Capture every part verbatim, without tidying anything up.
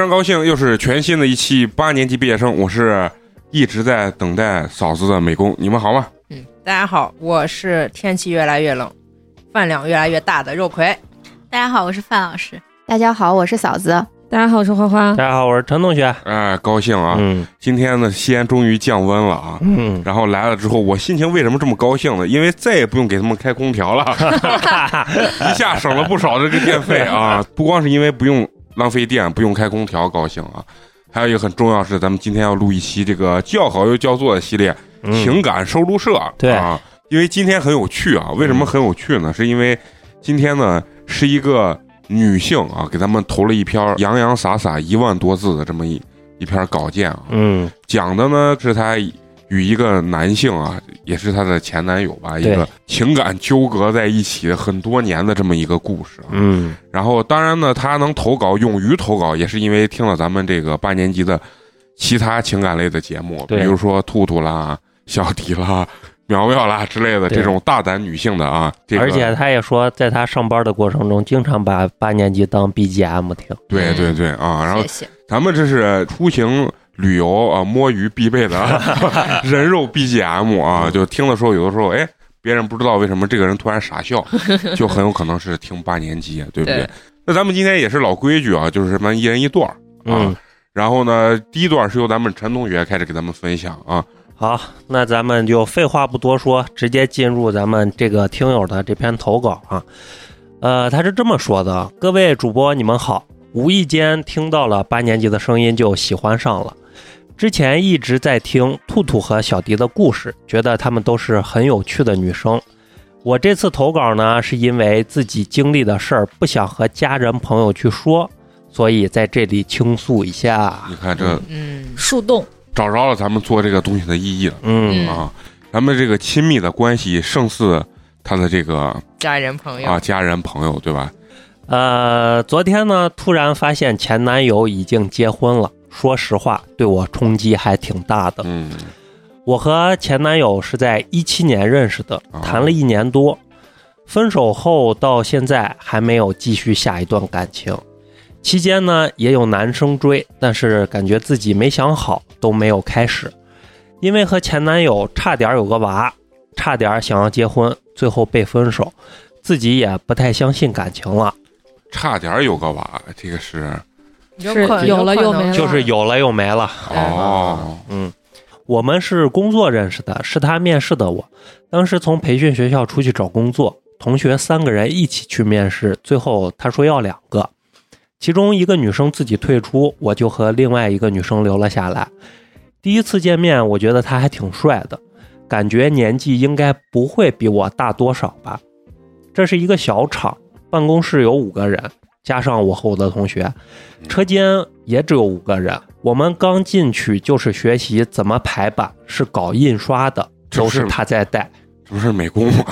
常高兴，又是全新的一期八年级毕业生，我是一直在等待嫂子的美工，你们好吗？ 嗯，大家好，我是天气越来越冷，饭量越来越大的肉葵。 大家好，我是范老师。 大家好，我是嫂子。 大家好，我是花花。 大家好，我是陈同学。 哎，高兴啊！ 嗯， 今天呢，西安终于降温了啊。嗯，然后来了之后，我心情为什么这么高兴呢？因为再也不用给他们开空调了，一下省了不少这个电费啊！不光是因为不用浪费电，不用开空调高兴啊，还有一个很重要是，咱们今天要录一期这个叫好又叫座的系列，嗯、情感收录社。 对啊，因为今天很有趣啊。为什么很有趣呢？是因为今天呢是一个女性啊，给咱们投了一篇洋洋洒洒一万多字的这么一一篇稿件啊。嗯，讲的呢是她与一个男性啊，也是她的前男友吧，一个情感纠葛在一起很多年的这么一个故事啊。嗯，然后当然呢，她能投稿，勇于投稿，也是因为听了咱们这个八年级的其他情感类的节目，比如说兔兔啦、小迪啦、苗苗啦之类的这种大胆女性的啊，这个、 而且他也说，在他上班的过程中，经常把八年级当 B G M 听。 对对对啊，然后谢谢咱们这是出行旅游啊摸鱼必备的人肉 B G M 啊，就听的时候，有的时候哎，别人不知道为什么这个人突然傻笑，就很有可能是听八年级，对不对？对，那咱们今天也是老规矩啊，就是什么一人一段啊。嗯，然后呢，第一段是由咱们陈同学开始给咱们分享啊。 好，那咱们就废话不多说，直接进入咱们这个听友的这篇投稿啊。呃，他是这么说的：各位主播你们好，无意间听到了八年级的声音就喜欢上了。之前一直在听兔兔和小迪的故事，觉得他们都是很有趣的女生。我这次投稿呢，是因为自己经历的事儿不想和家人朋友去说，所以在这里倾诉一下。 你看这， 嗯，树洞。 找着了咱们做这个东西的意义了。 嗯啊，咱们这个亲密的关系胜似他的这个家人朋友啊，家人朋友对吧？ 呃，昨天呢，突然发现前男友已经结婚了，说实话，对我冲击还挺大的。嗯，我和前男友是在一七年认识的，谈了一年多，分手后到现在还没有继续下一段感情。期间呢，也有男生追，但是感觉自己没想好，都没有开始。因为和前男友差点有个娃，差点想要结婚，最后被分手，自己也不太相信感情了。 差点有个娃，这个是是有了又没了， 就是有了又没了。 哦， 嗯，我们是工作认识的，是他面试的我。当时从培训学校出去找工作，同学三个人一起去面试，最后他说要两个。其中一个女生自己退出，我就和另外一个女生留了下来。第一次见面，我觉得他还挺帅的，感觉年纪应该不会比我大多少吧。这是一个小厂，办公室有五个人，加上我和我的同学，车间也只有五个人。我们刚进去就是学习怎么排版，是搞印刷的，都是他在带。 这不是美工吗？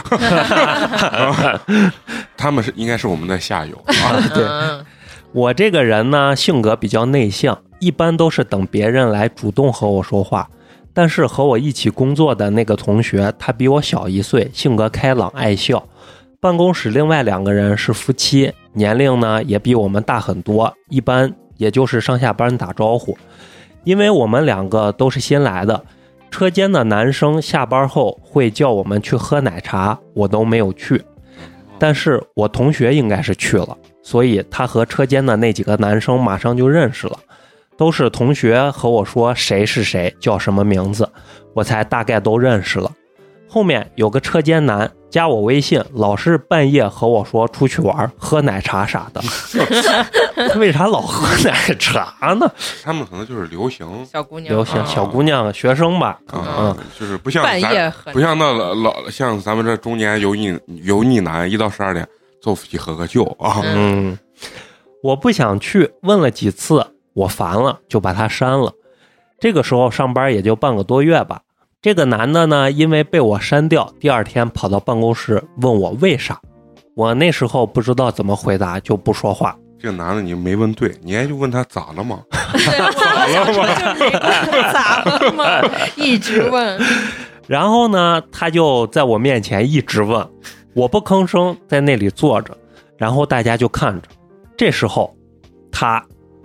他们是应该是我们的下游啊。 对。我这个人呢，性格比较内向，一般都是等别人来主动和我说话。但是和我一起工作的那个同学，他比我小一岁，性格开朗爱笑。办公室另外两个人是夫妻，年龄呢也比我们大很多，一般也就是上下班打招呼。因为我们两个都是新来的，车间的男生下班后会叫我们去喝奶茶，我都没有去。但是我同学应该是去了，所以他和车间的那几个男生马上就认识了，都是同学和我说谁是谁，叫什么名字，我才大概都认识了。后面有个车间男加我微信，老是半夜和我说出去玩喝奶茶啥的。他为啥老喝奶茶呢？ 他们可能就是流行小姑娘， 流行小姑娘学生吧。 嗯，嗯就是不像半夜不像那老老像咱们这中年油腻油腻男，一到十二点走夫妻喝个酒啊。 嗯，我不想去，问了几次，我烦了，就把他删了。这个时候上班也就半个多月吧。这个男的呢，因为被我删掉，第二天跑到办公室问我为啥。我那时候不知道怎么回答，就不说话。 这个男的你没问对，你还就问他咋了吗？ 咋了吗？咋了吗？一直问。 然后呢，他就在我面前一直问，我不吭声，在那里坐着，然后大家就看着。这时候他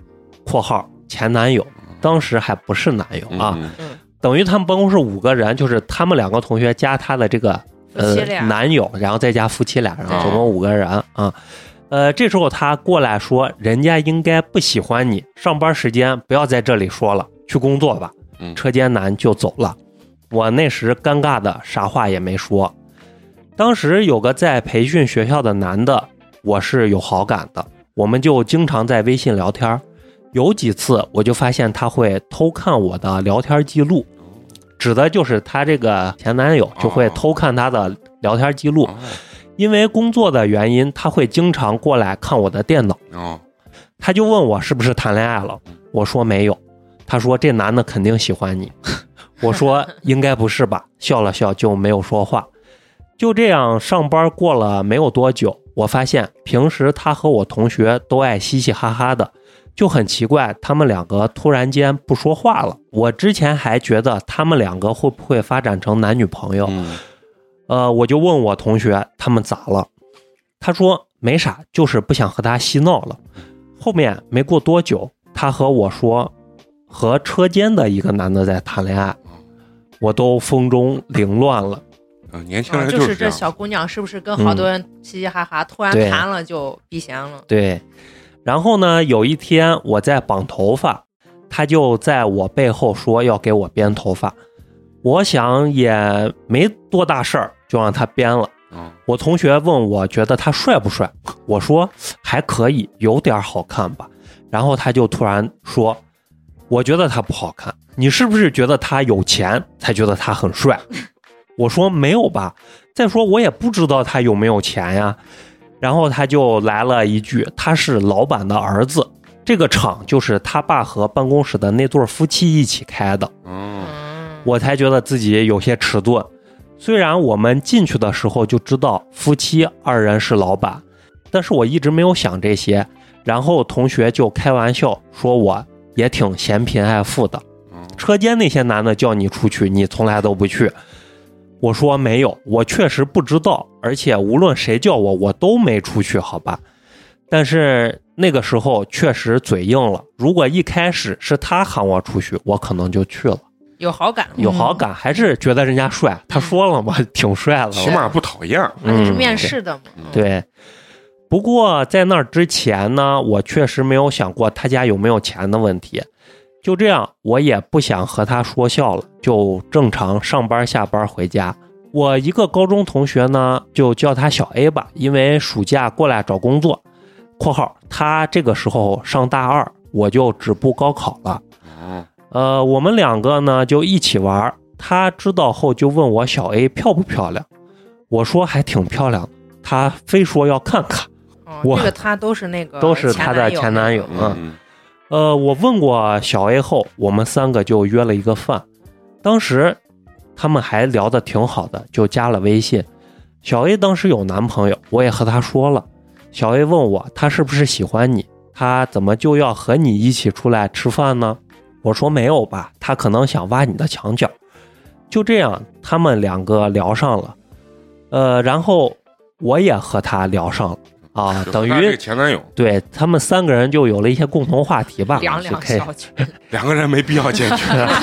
括号前男友，当时还不是男友啊。 嗯， 等于他们办公室五个人，就是他们两个同学加他的这个呃男友，然后再加夫妻俩人，总共五个人啊。呃，这时候他过来说，人家应该不喜欢你，上班时间不要在这里说了，去工作吧。车间男就走了。我那时尴尬的啥话也没说。当时有个在培训学校的男的，我是有好感的，我们就经常在微信聊天。有几次我就发现他会偷看我的聊天记录，指的就是他这个前男友就会偷看他的聊天记录。因为工作的原因，他会经常过来看我的电脑。他就问我是不是谈恋爱了，我说没有。他说这男的肯定喜欢你，我说应该不是吧，笑了笑就没有说话。就这样上班过了没有多久，我发现平时他和我同学都爱嘻嘻哈哈的，就很奇怪他们两个突然间不说话了。我之前还觉得他们两个会不会发展成男女朋友，嗯呃，我就问我同学他们咋了，他说没啥，就是不想和他嬉闹了。后面没过多久，他和我说和车间的一个男的在谈恋爱，我都风中凌乱了。 嗯，年轻人就是、啊、就是这小姑娘是不是跟好多人嘻嘻哈哈，嗯、突然谈了就避嫌了？ 对。然后呢，有一天我在绑头发，他就在我背后说要给我编头发，我想也没多大事儿，就让他编了。我同学问我觉得他帅不帅，我说还可以，有点好看吧。然后他就突然说，我觉得他不好看，你是不是觉得他有钱才觉得他很帅？我说没有吧，再说我也不知道他有没有钱呀。然后他就来了一句，他是老板的儿子，这个厂就是他爸和办公室的那对夫妻一起开的。我才觉得自己有些迟钝。虽然我们进去的时候就知道夫妻二人是老板，但是我一直没有想这些。然后同学就开玩笑说我也挺嫌贫爱富的，车间那些男的叫你出去你从来都不去。我说没有，我确实不知道，而且无论谁叫我我都没出去，好吧。但是那个时候确实嘴硬了，如果一开始是他喊我出去，我可能就去了。 有好感， 有好感，还是觉得人家帅。嗯、他说了嘛，挺帅的， 起码不讨厌。 嗯，是面试的嘛。 对。对，不过在那之前呢，我确实没有想过他家有没有钱的问题。就这样，我也不想和他说笑了，就正常上班下班回家。我一个高中同学呢，就叫他小 A 吧，因为暑假过来找工作。括号他这个时候上大二，我就止步高考了。呃，我们两个呢就一起玩，他知道后就问我小 A 漂不漂亮，我说还挺漂亮的，他非说要看看。 哦，我这个他都是那个都是他的前男友啊。嗯呃，我问过小 A 后，我们三个就约了一个饭，当时他们还聊得挺好的，就加了微信。小 A 当时有男朋友，我也和他说了。小 A 问我他是不是喜欢你，他怎么就要和你一起出来吃饭呢？我说没有吧，他可能想挖你的墙角。就这样他们两个聊上了，呃，然后我也和他聊上了啊，等于前男友， 对，他们三个人就有了一些共同话题吧。 两两小群， 两个人没必要进去。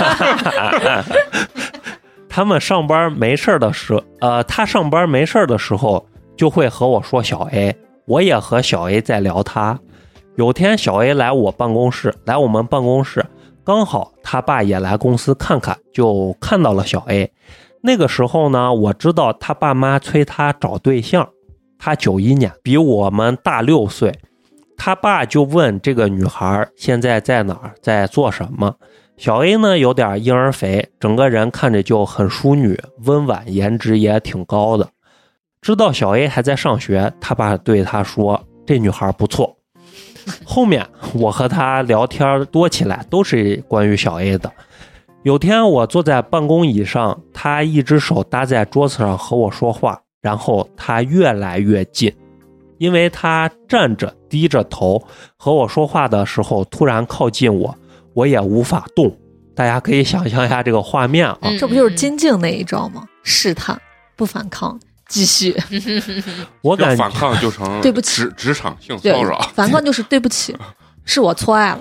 他们上班没事的时候，呃，他上班没事的时候就会和我说小 A， 我也和小 A 在聊他。有天小 A 来我办公室，来我们办公室，刚好他爸也来公司看看，就看到了小 A。那个时候呢，我知道他爸妈催他找对象。他九一年，比我们大六岁。他爸就问这个女孩现在在哪儿，在做什么。小 A 呢有点婴儿肥，整个人看着就很淑女，温婉，颜值也挺高的。知道小 A 还在上学，他爸对他说这女孩不错。后面我和他聊天多起来，都是关于小 A 的。有天我坐在办公椅上，他一只手搭在桌子上和我说话，然后他越来越近，因为他站着低着头和我说话的时候突然靠近我，我也无法动。大家可以想象一下这个画面啊， 这不就是金靖那一招吗？试探不反抗继续。 我感觉反抗就成对不起， 职职场性骚扰， 反抗就是对不起。 是我错爱了。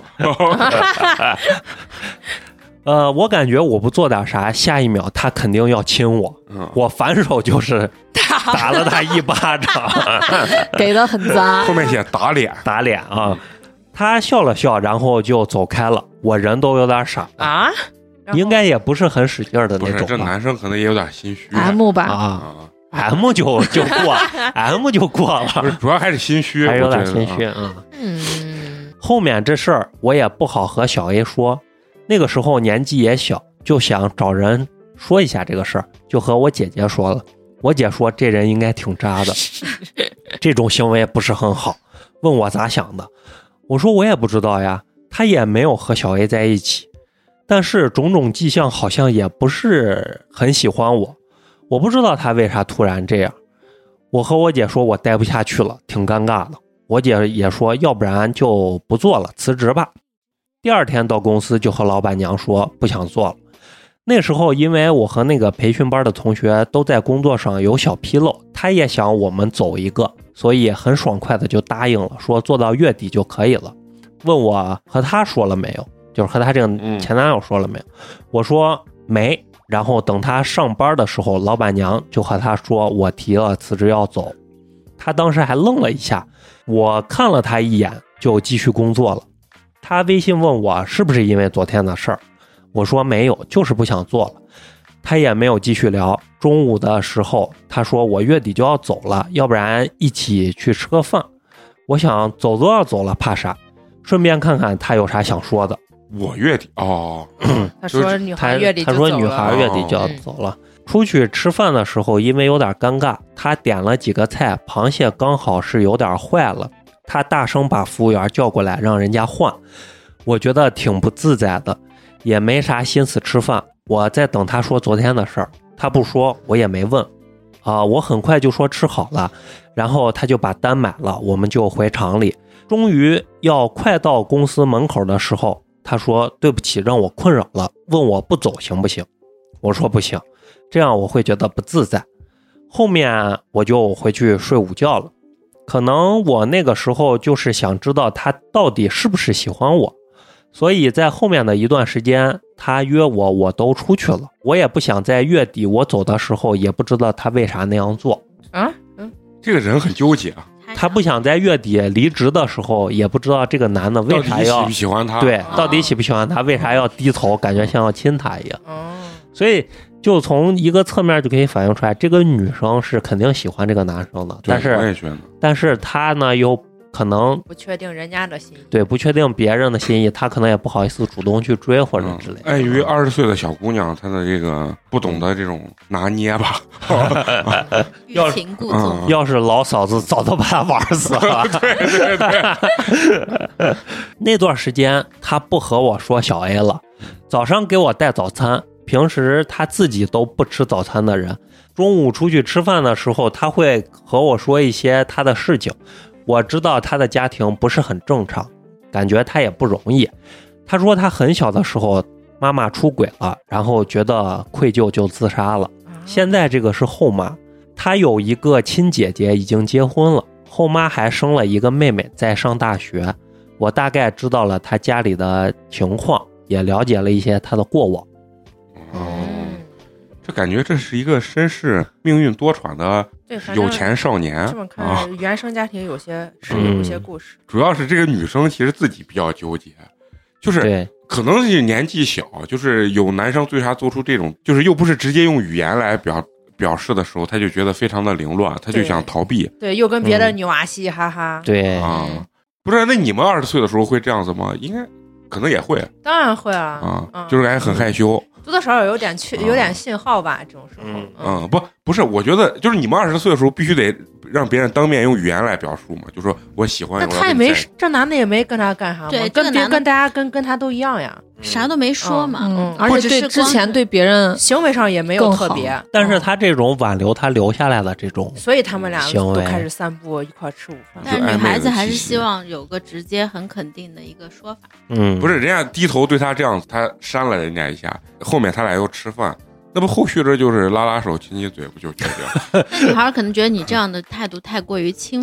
呃，我感觉我不做点啥，下一秒他肯定要亲我， 嗯、 我反手就是打了他一巴掌， 给的很脏。 后面写打脸， 打脸啊！他笑了笑，然后就走开了。我人都有点傻啊， 应该也不是很使劲的那种吧。 不是，这男生可能也有点心虚。 M 吧啊。M 就就过，M 就过了， 不是，主要还是心虚， 还有点心虚啊。 嗯， 后面这事儿我也不好和小 A 说，那个时候年纪也小，就想找人说一下这个事儿，就和我姐姐说了。我姐说这人应该挺渣的，这种行为不是很好，问我咋想的。我说我也不知道呀，他也没有和小 A 在一起，但是种种迹象好像也不是很喜欢我。我不知道他为啥突然这样，我和我姐说我待不下去了，挺尴尬的。我姐也说要不然就不做了，辞职吧。第二天到公司就和老板娘说不想做了。那时候因为我和那个培训班的同学都在工作上有小纰漏，他也想我们走一个，所以很爽快的就答应了，说做到月底就可以了。问我和他说了没有，就是和他这个前男友说了没有、嗯、我说没。然后等他上班的时候，老板娘就和他说我提了辞职要走。他当时还愣了一下，我看了他一眼就继续工作了。他微信问我是不是因为昨天的事儿，我说没有，就是不想做了。他也没有继续聊。中午的时候他说我月底就要走了，要不然一起去吃个饭。我想走都要走了怕啥，顺便看看他有啥想说的。 我月底哦， 他说女孩月底就走了， 他说女孩月底就要走了。出去吃饭的时候，因为有点尴尬，他点了几个菜，螃蟹刚好是有点坏了，他大声把服务员叫过来，让人家换。我觉得挺不自在的，也没啥心思吃饭。我在等他说昨天的事儿，他不说，我也没问。啊、呃，我很快就说吃好了，然后他就把单买了，我们就回厂里。终于要快到公司门口的时候，他说对不起，让我困扰了，问我不走行不行。我说不行，这样我会觉得不自在。后面我就回去睡午觉了。可能我那个时候就是想知道他到底是不是喜欢我，所以在后面的一段时间他约我我都出去了。我也不想在月底我走的时候，也不知道他为啥那样做啊。嗯， 这个人很纠结啊。 他不想在月底离职的时候，也不知道这个男的为啥要到底喜不喜欢他， 对，到底喜不喜欢他，为啥要低头，感觉像要亲他一样。 哦， 所以就从一个侧面就可以反映出来，这个女生是肯定喜欢这个男生的，但是我也觉得， 但是他呢又可能不确定人家的心意， 对，不确定别人的心意，他可能也不好意思主动去追或者之类的。 碍于二十岁的小姑娘，她的这个不懂得这种拿捏吧， 欲擒故纵。 要是老嫂子早都把他玩死了。 对对对。 那段时间他不和我说小 A 了，早上给我带早餐，平时他自己都不吃早餐的人，中午出去吃饭的时候，他会和我说一些他的事情。我知道他的家庭不是很正常，感觉他也不容易。他说他很小的时候妈妈出轨了，然后觉得愧疚就自杀了。现在这个是后妈，他有一个亲姐姐已经结婚了，后妈还生了一个妹妹在上大学。我大概知道了他家里的情况，也了解了一些他的过往。 哦，这感觉这是一个身世命运多舛的有钱少年。 这么看、啊，原生家庭有些是有一些故事、 嗯。主要是这个女生其实自己比较纠结，就是可能是年纪小，就是有男生对她做出这种，就是又不是直接用语言来表表示的时候，她就觉得非常的凌乱，她就想逃避。 对，对又跟别的女娃嘻嘻哈哈。 对啊，不是？那你们二十岁的时候会这样子吗？应该可能也会。 当然会啊。 啊， 嗯、 就是感觉很害羞。 多多少少有点去，有点信号吧，这种时候。 嗯，嗯不，不是，我觉得就是你们二十岁的时候，必须得让别人当面用语言来表述嘛，就说我喜欢。 那他也没，这男的也没跟他干啥嘛， 对， 跟别跟大家跟跟他都一样呀， 啥都没说嘛。 嗯，嗯而且对之前对别人行为上也没有特别， 但是他这种挽留他留下来的这种， 所以他们俩都开始散步一块吃午饭。 但女孩子还是希望有个直接很肯定的一个说法。 嗯， 不是，人家低头对他这样，他扇了人家一下，后面他俩又吃饭。那不后续这就是拉拉手亲亲嘴不就解决了？ 那女孩可能觉得你这样的态度太过于轻浮了，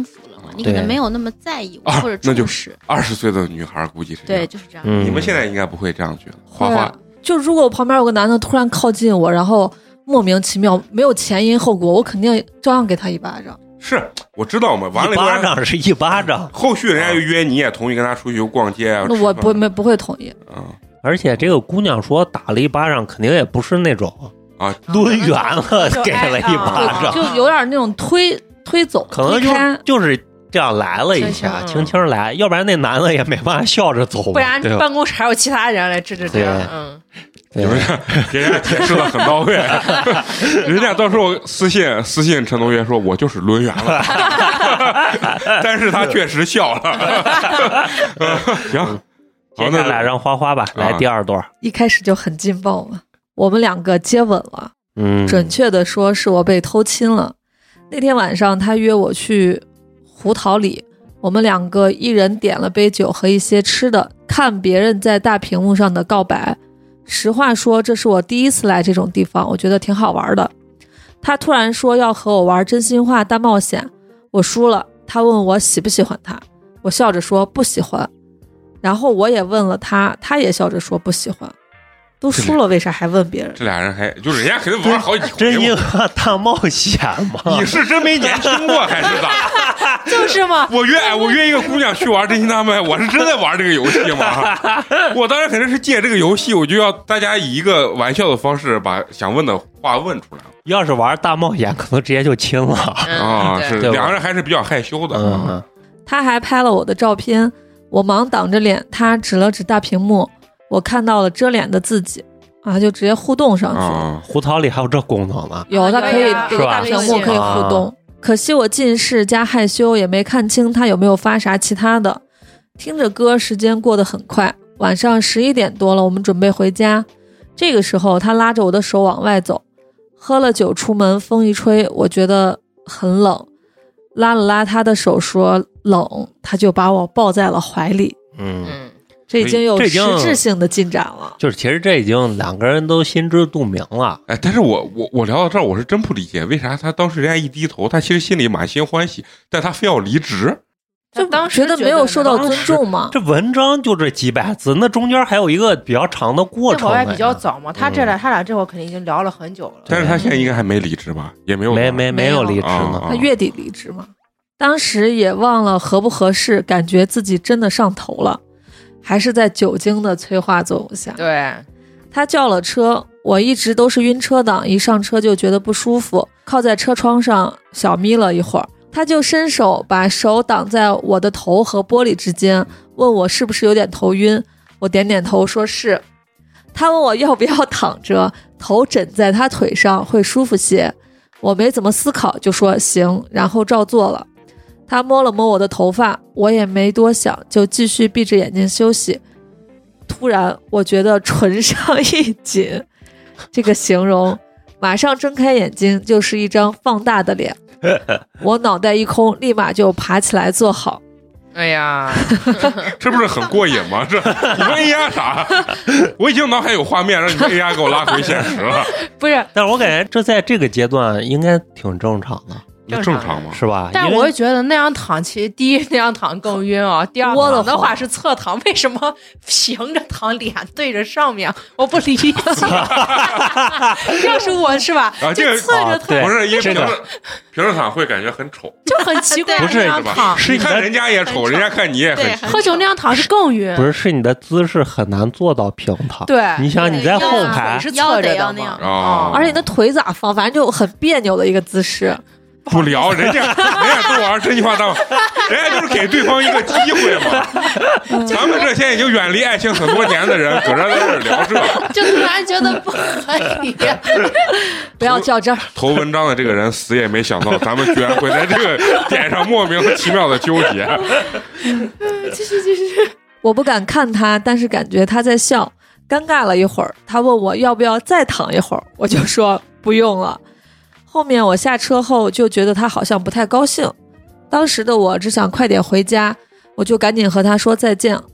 了，你可能没有那么在意我或者重视。 二十岁的女孩估计是对，就是这样。 嗯、 你们现在应该不会这样觉得。花花， 就如果我旁边有个男的突然靠近我，然后莫名其妙没有前因后果，我肯定照样给他一巴掌。 是我知道嘛，完了一巴掌是一巴掌， 后续人家又约你也同意跟他出去逛街啊。 那我不没不会同意啊。 而且这个姑娘说打了一巴掌，肯定也不是那种啊抡圆了给了一巴掌， 就有点那种推推走， 可能就就是这样来了一下，轻轻来，要不然那男的也没办法笑着走， 不然办公室还有其他人来治治这。嗯。 人家给人家解释的很到位，人家到时候私信私信陈同学说，我就是抡圆了，但是他确实笑了。行， 接下来让花花吧，来第二段。 一开始就很劲爆嘛，我们两个接吻了， 嗯， 准确的说是我被偷亲了。那天晚上他约我去胡桃里，我们两个一人点了杯酒和一些吃的，看别人在大屏幕上的告白。实话说，这是我第一次来这种地方，我觉得挺好玩的。他突然说要和我玩真心话大冒险，我输了。他问我喜不喜欢他，我笑着说不喜欢。然后我也问了他，他也笑着说不喜欢。都输了，为啥还问别人？ 这俩人还就人家肯定玩好几回。 真心话大冒险吗？ 你是真没年轻过还是咋？ 就是嘛。 我约我约一个姑娘去玩真心大冒险，我是真在玩这个游戏吗？我当然肯定是借这个游戏，我就要大家以一个玩笑的方式把想问的话问出来。 要是玩大冒险，可能直接就亲了啊！是两个人还是比较害羞的。 嗯嗯。 他还拍了我的照片，我忙挡着脸，他指了指大屏幕。我看到了遮脸的自己啊，就直接互动上去了。 啊、 胡桃里还有这功能呢？ 有，它可以这个大屏幕可以互动。 啊、 可惜我近视加害羞，也没看清他有没有发啥其他的。听着歌，时间过得很快。晚上十一点多了，我们准备回家。这个时候，他拉着我的手往外走。喝了酒出门，风一吹，我觉得很冷，拉了拉他的手说冷，他就把我抱在了怀里。 嗯。 这已经有实质性的进展了， 就是其实这已经两个人都心知肚明了。 哎，但是我我我聊到这儿，我是真不理解，为啥他当时人家一低头，他其实心里满心欢喜，但他非要离职， 就当时觉得没有受到尊重嘛。 这文章就这几百字，那中间还有一个比较长的过程。 这会儿还比较早嘛，他这俩、嗯、他俩这会儿肯定已经聊了很久了。 但是他现在应该还没离职吧？也没有没没没有离职呢、 啊， 他月底离职嘛。当时也忘了合不合适，感觉自己真的上头了。还是在酒精的催化作用下， 对， 他叫了车，我一直都是晕车党，一上车就觉得不舒服，靠在车窗上小眯了一会儿，他就伸手把手挡在我的头和玻璃之间，问我是不是有点头晕，我点点头说是。他问我要不要躺着，头枕在他腿上会舒服些，我没怎么思考就说行，然后照做了。他摸了摸我的头发，我也没多想，就继续闭着眼睛休息。突然我觉得唇上一紧，这个形容，马上睁开眼睛就是一张放大的脸。我脑袋一空，立马就爬起来坐好。 哎呀， 这不是很过瘾吗？这你们 A I 啥？我已经脑海有画面，让你们 A I 给我拉回现实了。 不是， 但是我感觉这在这个阶段应该挺正常的。 正常吗？ 是吧？ 但我就觉得那样躺，其实第一那样躺更晕啊，第二躺的话是侧躺，为什么平着躺，脸对着上面？我不理解。要是我是吧， 啊、 就侧着躺， 不是因为平着平着躺会感觉很丑， 就很奇怪。 不是躺， 是你看人家也丑，人家看你也很。 喝酒那样躺是更晕。 不是，是你的姿势很难做到平躺。 对， 你想你在后排是侧着的嘛， 哦， 而且你的腿咋放，反正就很别扭的一个姿势。 不聊，人家人家都玩真心话大冒险，人家就是给对方一个机会嘛。咱们这现在已经远离爱情很多年的人，搁这在这聊这， 就突然觉得不合理。 不要较真儿。 投文章的这个人死也没想到，咱们居然会在这个点上莫名其妙的纠结。 继续继续， 我不敢看他，但是感觉他在笑。尴尬了一会儿，他问我要不要再躺一会儿，我就说不用了。后面我下车后就觉得他好像不太高兴，当时的我只想快点回家，我就赶紧和他说再见。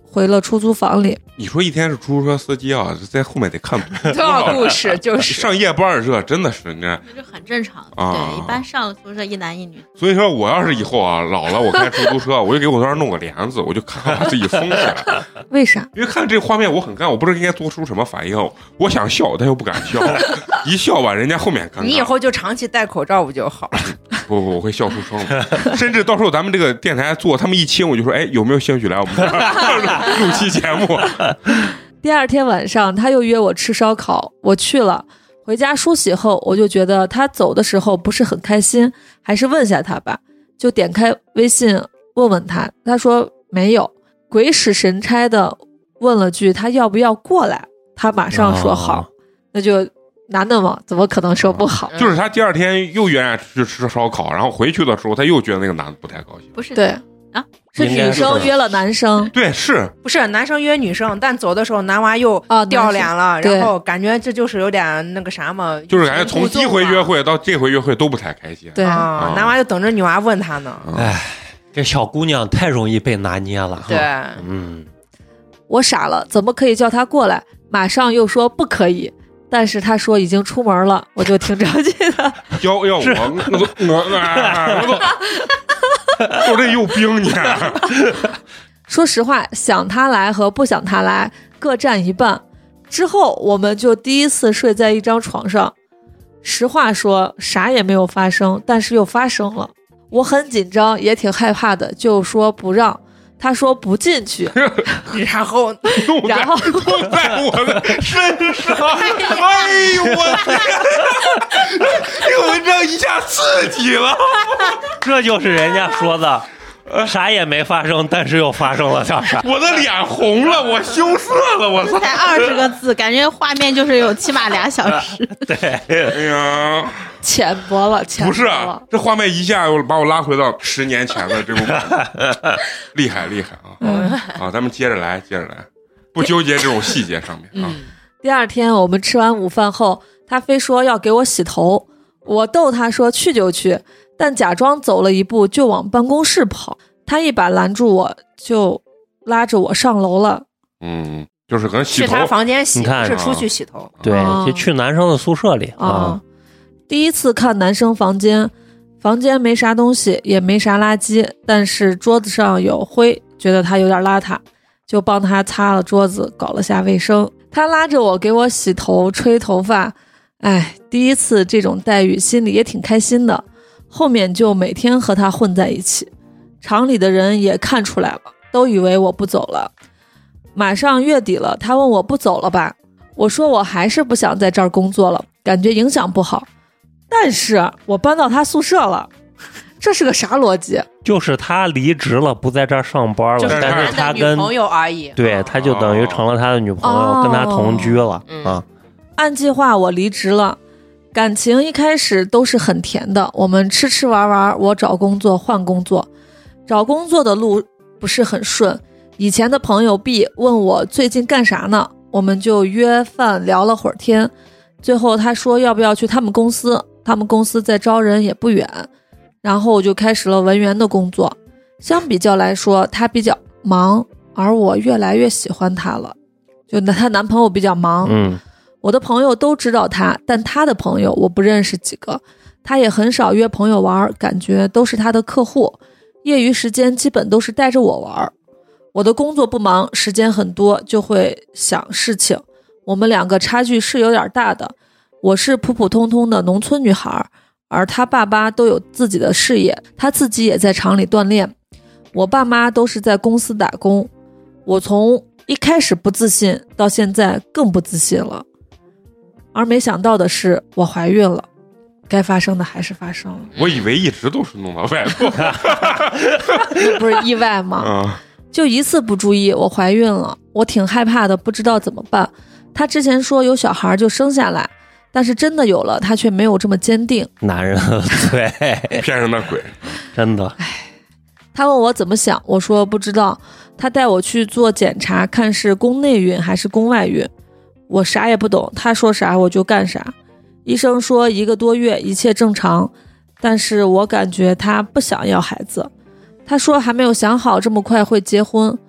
回了出租房里。 你说一天是出租车司机啊，在后面得看多少故事，就是上夜班这真的是你看， 这很正常。 啊、 对，一般上了宿舍一男一女。 所以说我要是以后啊老了，我开出租车，我就给我那儿弄个帘子，我就看把自己封起来。 为啥？ 因为看这个画面我很干，我不知道应该做出什么反应。我想笑，但又不敢笑，一笑吧，人家后面尴尬。 你以后就长期戴口罩不就好？ 不不，我会笑出声的。甚至到时候咱们这个电台做，他们一亲，我就说，哎，有没有兴趣来我们这儿录期节目？ 第二天晚上，他又约我吃烧烤，我去了。回家梳洗后，我就觉得他走的时候不是很开心，还是问下他吧。就点开微信问问他，他说没有。鬼使神差的问了句他要不要过来，他马上说好。哦、那就男的嘛，怎么可能说不好？ 就是他第二天又约人去吃烧烤，然后回去的时候他又觉得那个男的不太高兴。 不是对啊， 是女生约了男生， 对，是不是男生约女生？但走的时候男娃又掉脸了， 哦、 然后感觉这就是有点那个啥嘛， 就是感觉从第一回约会到这回约会都不太开心。 对啊，男娃就等着女娃问他呢。 哎，这小姑娘太容易被拿捏了。 对， 嗯， 我傻了，怎么可以叫他过来？马上又说不可以。但是他说已经出门了，我就挺着急的。 要要我，我都我我都我这又冰你。 说实话，想他来和不想他来各占一半。之后我们就第一次睡在一张床上。实话说，啥也没有发生，但是又发生了。我很紧张，也挺害怕的，就说不让。他说不进去， 然后然后弄在我的身上，哎呦我天！这个文章一下刺激了， 这就是人家说的，啥也没发生，但是又发生了点啥。 我的脸红了，我羞涩了，我操！ 才二十个字，感觉画面就是有起码俩小时。 对， 哎呀， 浅薄了，浅薄了。 不是啊，这画面一下把我拉回到十年前的这种厉害厉害啊！嗯、啊，咱们接着来，接着来，不纠结这种细节上面啊。 嗯、第二天我们吃完午饭后，他非说要给我洗头，我逗他说去就去，但假装走了一步就往办公室跑。他一把拦住我，就拉着我上楼了。 嗯，就是可能洗头去他房间洗， 不是出去洗头。啊、 对，就去男生的宿舍里啊。 啊第一次看男生房间，房间没啥东西，也没啥垃圾，但是桌子上有灰，觉得他有点邋遢，就帮他擦了桌子，搞了下卫生。他拉着我给我洗头、吹头发，哎，第一次这种待遇，心里也挺开心的。后面就每天和他混在一起，厂里的人也看出来了，都以为我不走了。马上月底了，他问我不走了吧？我说我还是不想在这儿工作了，感觉影响不好。但是我搬到他宿舍了，这是个啥逻辑？ 就是他离职了，不在这儿上班了， 就是但是他跟女朋友而已。 对，他就等于成了他的女朋友， 哦、 跟他同居了、 嗯、 啊。 按计划我离职了，感情一开始都是很甜的，我们吃吃玩玩，我找工作换工作，找工作的路不是很顺。以前的朋友 B 问我最近干啥呢，我们就约饭聊了会儿天，最后他说要不要去他们公司，他们公司在招人也不远，然后我就开始了文员的工作。相比较来说，他比较忙，而我越来越喜欢他了。就她男朋友比较忙， 嗯， 我的朋友都知道他，但他的朋友我不认识几个，他也很少约朋友玩，感觉都是他的客户，业余时间基本都是带着我玩。我的工作不忙，时间很多，就会想事情。我们两个差距是有点大的，我是普普通通的农村女孩，而他爸妈都有自己的事业，他自己也在厂里锻炼。我爸妈都是在公司打工。我从一开始不自信，到现在更不自信了。而没想到的是，我怀孕了，该发生的还是发生了。 我以为一直都是弄到外头， 不是意外吗？ 嗯， 就一次不注意，我怀孕了，我挺害怕的，不知道怎么办。他之前说有小孩就生下来，但是真的有了，他却没有这么坚定。 男人对骗人的鬼， 真的。 他问我怎么想，我说不知道。他带我去做检查，看是宫内孕还是宫外孕，我啥也不懂，他说啥我就干啥。医生说一个多月一切正常，但是我感觉他不想要孩子。他说还没有想好这么快会结婚，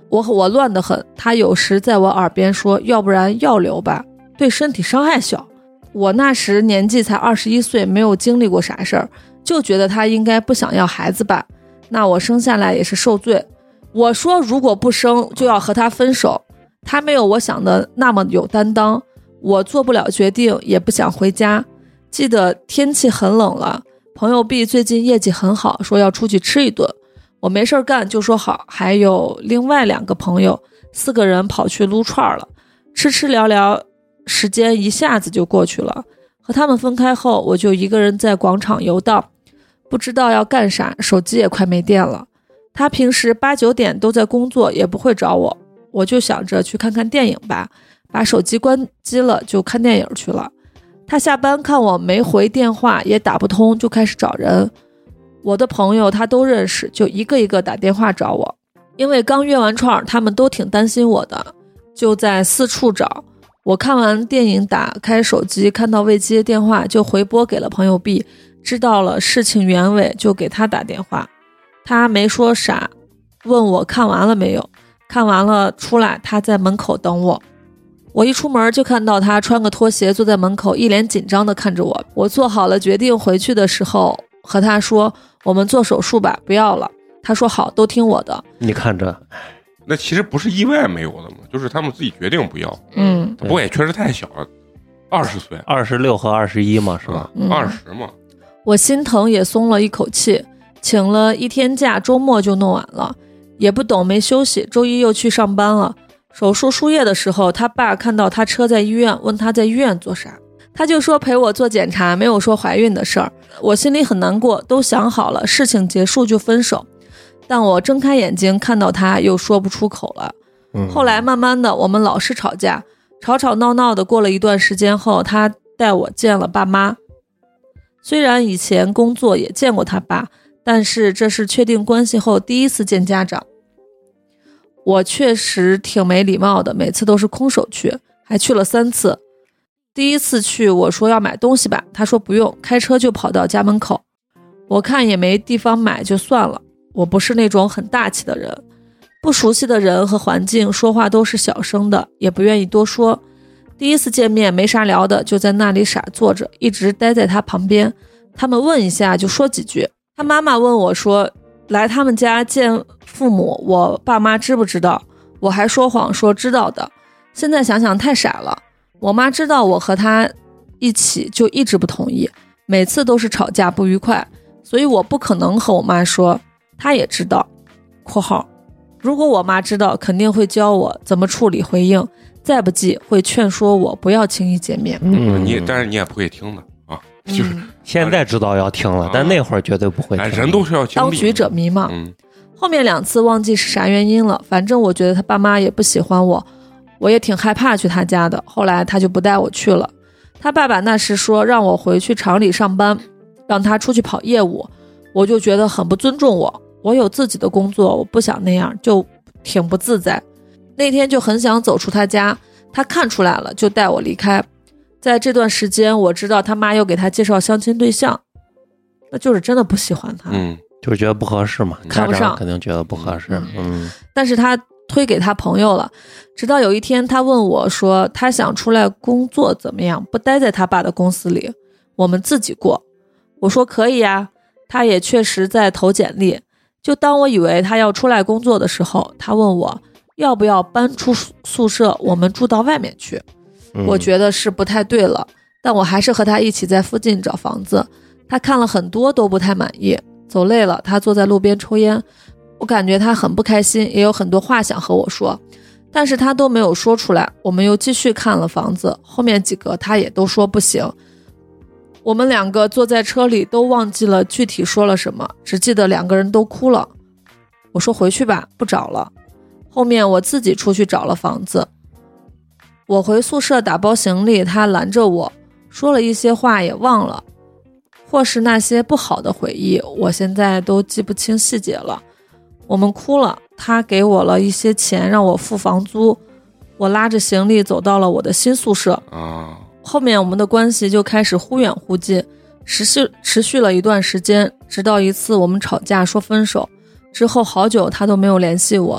我我乱得很，他有时在我耳边说，要不然药留吧，对身体伤害小。我那时年纪才二十一岁，没有经历过啥事儿，就觉得他应该不想要孩子吧，那我生下来也是受罪。我说如果不生就要和他分手，他没有我想的那么有担当，我做不了决定，也不想回家。记得天气很冷了，朋友 B 最近业绩很好，说要出去吃一顿，我没事干就说好，还有另外两个朋友，四个人跑去撸串了，吃吃聊聊，时间一下子就过去了。和他们分开后，我就一个人在广场游荡，不知道要干啥，手机也快没电了。他平时八九点都在工作，也不会找我，我就想着去看看电影吧，把手机关机了就看电影去了。他下班看我没回电话也打不通，就开始找人。我的朋友他都认识，就一个一个打电话找我。因为刚约完串，他们都挺担心我的，就在四处找。我看完电影，打开手机看到未接电话，就回拨给了朋友 B， 知道了事情原委，就给他打电话。他没说啥，问我看完了没有，看完了出来，他在门口等我。我一出门就看到他穿个拖鞋坐在门口，一脸紧张地看着我。我做好了决定回去的时候，和他说我们做手术吧，不要了。他说好，都听我的。 你看着， 那其实不是意外没有的嘛，就是他们自己决定不要。 嗯， 不过也确实太小了，二十岁， 二十六和二十一嘛，是吧？ 二十嘛。 我心疼也松了一口气，请了一天假，周末就弄完了，也不懂没休息，周一又去上班了。手术输液的时候，他爸看到他车在医院，问他在医院做啥，他就说陪我做检查，没有说怀孕的事儿。我心里很难过，都想好了事情结束就分手，但我睁开眼睛看到他又说不出口了。 嗯、 后来慢慢的我们老是吵架，吵吵闹闹的，过了一段时间后，他带我见了爸妈。虽然以前工作也见过他爸，但是这是确定关系后第一次见家长。我确实挺没礼貌的，每次都是空手去，还去了三次。第一次去我说要买东西吧，他说不用，开车就跑到家门口。我看也没地方买就算了，我不是那种很大气的人，不熟悉的人和环境说话都是小声的，也不愿意多说。第一次见面没啥聊的，就在那里傻坐着，一直待在他旁边。他们问一下就说几句。他妈妈问我说来他们家见父母，我爸妈知不知道？我还说谎说知道的。现在想想太傻了，我妈知道我和他一起就一直不同意，每次都是吵架不愉快，所以我不可能和我妈说。她也知道（括号如果我妈知道肯定会教我怎么处理回应，再不济会劝说我不要轻易见面）。 嗯，你但是你也不会听的啊，就是、 嗯、 现在知道要听了，啊、但那会儿绝对不会听。 哎，人都是要经历， 当局者迷嘛。 嗯。 后面两次忘记是啥原因了，反正我觉得他爸妈也不喜欢我，我也挺害怕去他家的。后来他就不带我去了。他爸爸那时说让我回去厂里上班，让他出去跑业务，我就觉得很不尊重我。我有自己的工作，我不想那样，就挺不自在。那天就很想走出他家，他看出来了，就带我离开。在这段时间，我知道他妈又给他介绍相亲对象，那就是真的不喜欢他。 嗯，就是觉得不合适嘛， 看不上， 肯定觉得不合适。嗯，嗯但是他推给他朋友了。直到有一天，他问我说，他想出来工作怎么样？不待在他爸的公司里，我们自己过。我说可以啊，他也确实在投简历。就当我以为他要出来工作的时候，他问我要不要搬出宿舍，我们住到外面去。 嗯、 我觉得是不太对了，但我还是和他一起在附近找房子。他看了很多都不太满意，走累了，他坐在路边抽烟。我感觉他很不开心，也有很多话想和我说，但是他都没有说出来。我们又继续看了房子，后面几个他也都说不行。我们两个坐在车里都忘记了具体说了什么，只记得两个人都哭了。我说回去吧，不找了。后面我自己出去找了房子。我回宿舍打包行李，他拦着我，说了一些话也忘了，或是那些不好的回忆，我现在都记不清细节了。我们哭了，他给我了一些钱让我付房租，我拉着行李走到了我的新宿舍。 啊， 后面我们的关系就开始忽远忽近，持续持续了一段时间，直到一次我们吵架说分手之后，好久他都没有联系我。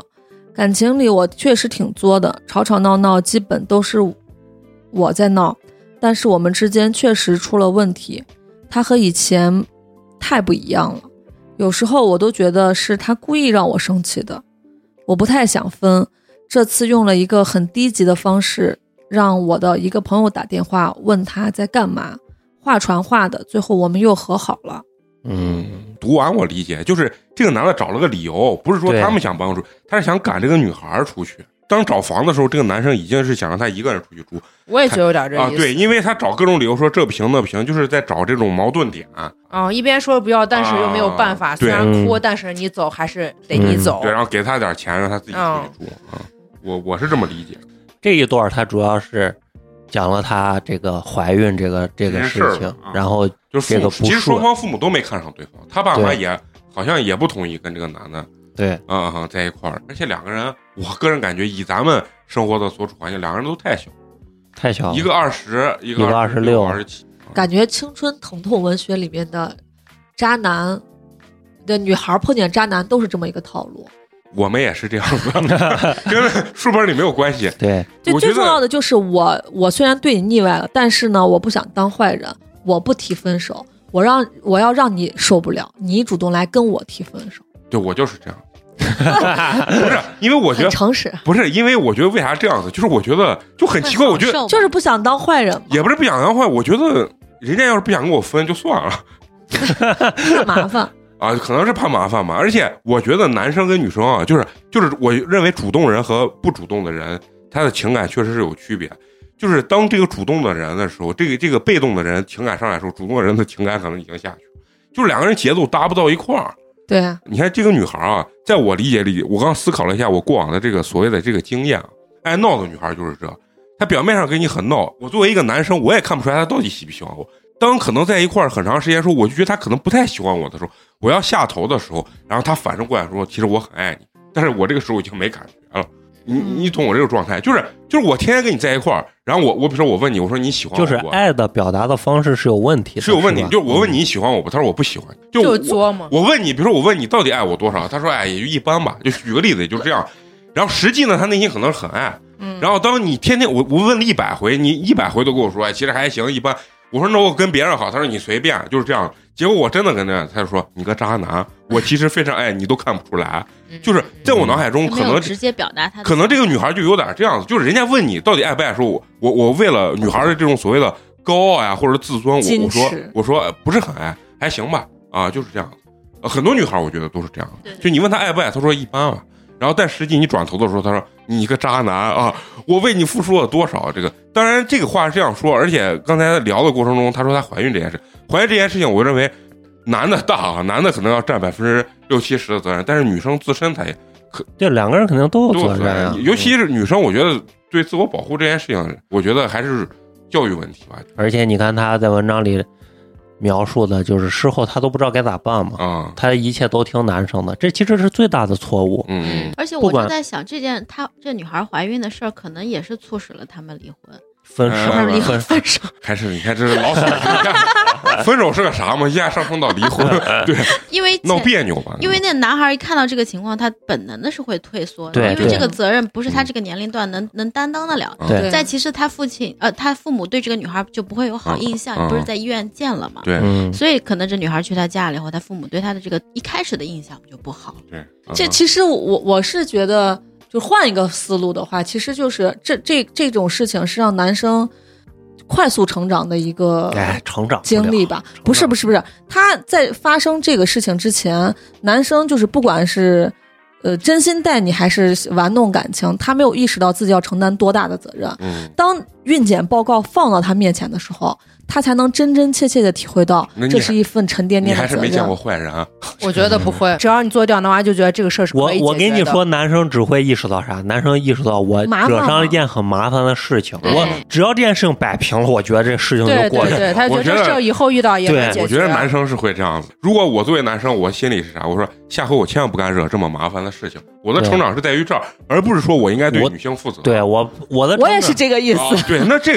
感情里我确实挺作的，吵吵闹闹基本都是我在闹，但是我们之间确实出了问题，他和以前太不一样了，有时候我都觉得是他故意让我生气的。我不太想分，这次用了一个很低级的方式，让我的一个朋友打电话问他在干嘛，话传话的，最后我们又和好了。 嗯，读完我理解，就是这个男的找了个理由，不是说他们想帮助，他是想赶这个女孩出去。当找房的时候，这个男生已经是想让他一个人出去住。 我也觉得有点这意思啊，对，因为他找各种理由说这不行那不行，就是在找这种矛盾点。 啊，一边说不要，但是又没有办法，啊、虽然哭，但是你走还是得你走。 嗯、对，然后给他点钱，让他自己出去住。啊、嗯，我我是这么理解。 这一段他主要是讲了他这个怀孕这个这个事情，啊、然后就是这个其实双方父母都没看上对方，他爸妈也好像也不同意跟这个男的。 对， 嗯嗯，在一块儿，而且两个人，我个人感觉以咱们生活的所处环境，两个人都太小， 太小了， 一个二十，一个二十六、 二十七， 感觉青春疼痛文学里面的渣男的女孩碰见渣男都是这么一个套路。 我们也是这样子，跟书本里没有关系。 对， 就最重要的就是我，我虽然对你腻歪了，但是呢，我不想当坏人，我不提分手，我让我要让你受不了，你主动来跟我提分手。 对，我就是这样。不是因为我觉得诚实， 不是因为我觉得为啥这样子，就是我觉得就很奇怪，我觉得就是不想当坏人， 也不是不想当坏，我觉得人家要是不想跟我分就算了， 怕麻烦啊，可能是怕麻烦嘛。而且我觉得男生跟女生啊，就是就是我认为主动人和不主动的人，他的情感确实是有区别。就是当这个主动的人的时候，这个这个被动的人情感上来的时候，主动的人的情感可能已经下去了，就是两个人节奏搭不到一块儿。 对， 你看这个女孩啊，在我理解里，我刚思考了一下我过往的这个所谓的这个经验，爱闹的女孩就是这，她表面上跟你很闹，我作为一个男生，我也看不出来她到底喜不喜欢我。当可能在一块儿很长时间的时候，我就觉得她可能不太喜欢我的时候，我要下头的时候，然后她反正过来说，其实我很爱你，但是我这个时候已经没感觉了。你你懂我这个状态，就是就是我天天跟你在一块儿，然后我我比如说我问你，我说你喜欢我， 就是爱的表达的方式是有问题的， 是有问题。就我问你喜欢我不，他说我不喜欢，就就作嘛。 我问你，比如说我问你到底爱我多少，他说哎也就一般吧，就举个例子也就这样。然后实际呢，他内心可能是很爱。嗯。然后当你天天我我问了一百回，你一百回都跟我说哎其实还行一般。我说那我跟别人好，他说你随便，就是这样。结果我真的跟他，他就说你个渣男，我其实非常爱你，都看不出来。就是在我脑海中，可能直接表达他， 可能这个女孩就有点这样子，就是人家问你到底爱不爱的时候，我我我为了女孩的这种所谓的高傲呀，或者自尊，我我说我说不是很爱，还行吧，啊，就是这样子。呃，很多女孩我觉得都是这样的，就你问她爱不爱，她说一般吧。然后但实际你转头的时候，她说你个渣男啊，我为你付出了多少？这个当然这个话是这样说，而且刚才聊的过程中，她说她怀孕这件事，怀孕这件事情，我认为男的大啊，男的可能要占百分之六七十的责任，但是女生自身她也可对两个人肯定都有责任啊， 尤其是女生，我觉得对自我保护这件事情，我觉得还是教育问题吧。 而且你看她在文章里描述的就是事后她都不知道该咋办嘛， 啊， 她一切都听男生的，这其实是最大的错误。 嗯， 而且我就在想，这件她这女孩怀孕的事儿，可能也是促使了他们离婚。 分手， 嗯、 离婚，分手， 还是你看这是老死，你看分手是个啥嘛？一下上升到离婚，对， 因为闹别扭吧。 因为那男孩一看到这个情况，他本能的是会退缩， 对， 因为这个责任不是他这个年龄段能、嗯、能担当得了。 对， 再其实他父亲呃，他父母对这个女孩就不会有好印象， 嗯、 不是在医院见了嘛？ 对、 嗯，所以可能这女孩去他家里以后，他父母对他的这个一开始的印象就不好。 对， 嗯、这其实我我是觉得，就换一个思路的话，其实就是这这这种事情是让男生快速成长的一个哎成长经历吧，不是不是不是，他在发生这个事情之前，男生就是不管是呃真心待你还是玩弄感情，他没有意识到自己要承担多大的责任。 嗯， 当孕检报告放到他面前的时候，他才能真真切切的体会到这是一份沉甸甸的责任。 你还是没见过坏人啊？ 我觉得不会，只要你做掉的话，就觉得这个事儿是可以解决的。 我我跟你说，男生只会意识到啥？男生意识到我惹上了一件很麻烦的事情，我只要这件事情摆平了，我觉得这事情就过去了。 对对对，他觉得这事以后遇到也能解决。 我觉得男生是会这样子。如果我作为男生，我心里是啥？我说下回我千万不敢惹这么麻烦的事情。我的成长是在于这儿，而不是说我应该对女性负责。 对我我的我也是这个意思。 啊、对，那这个。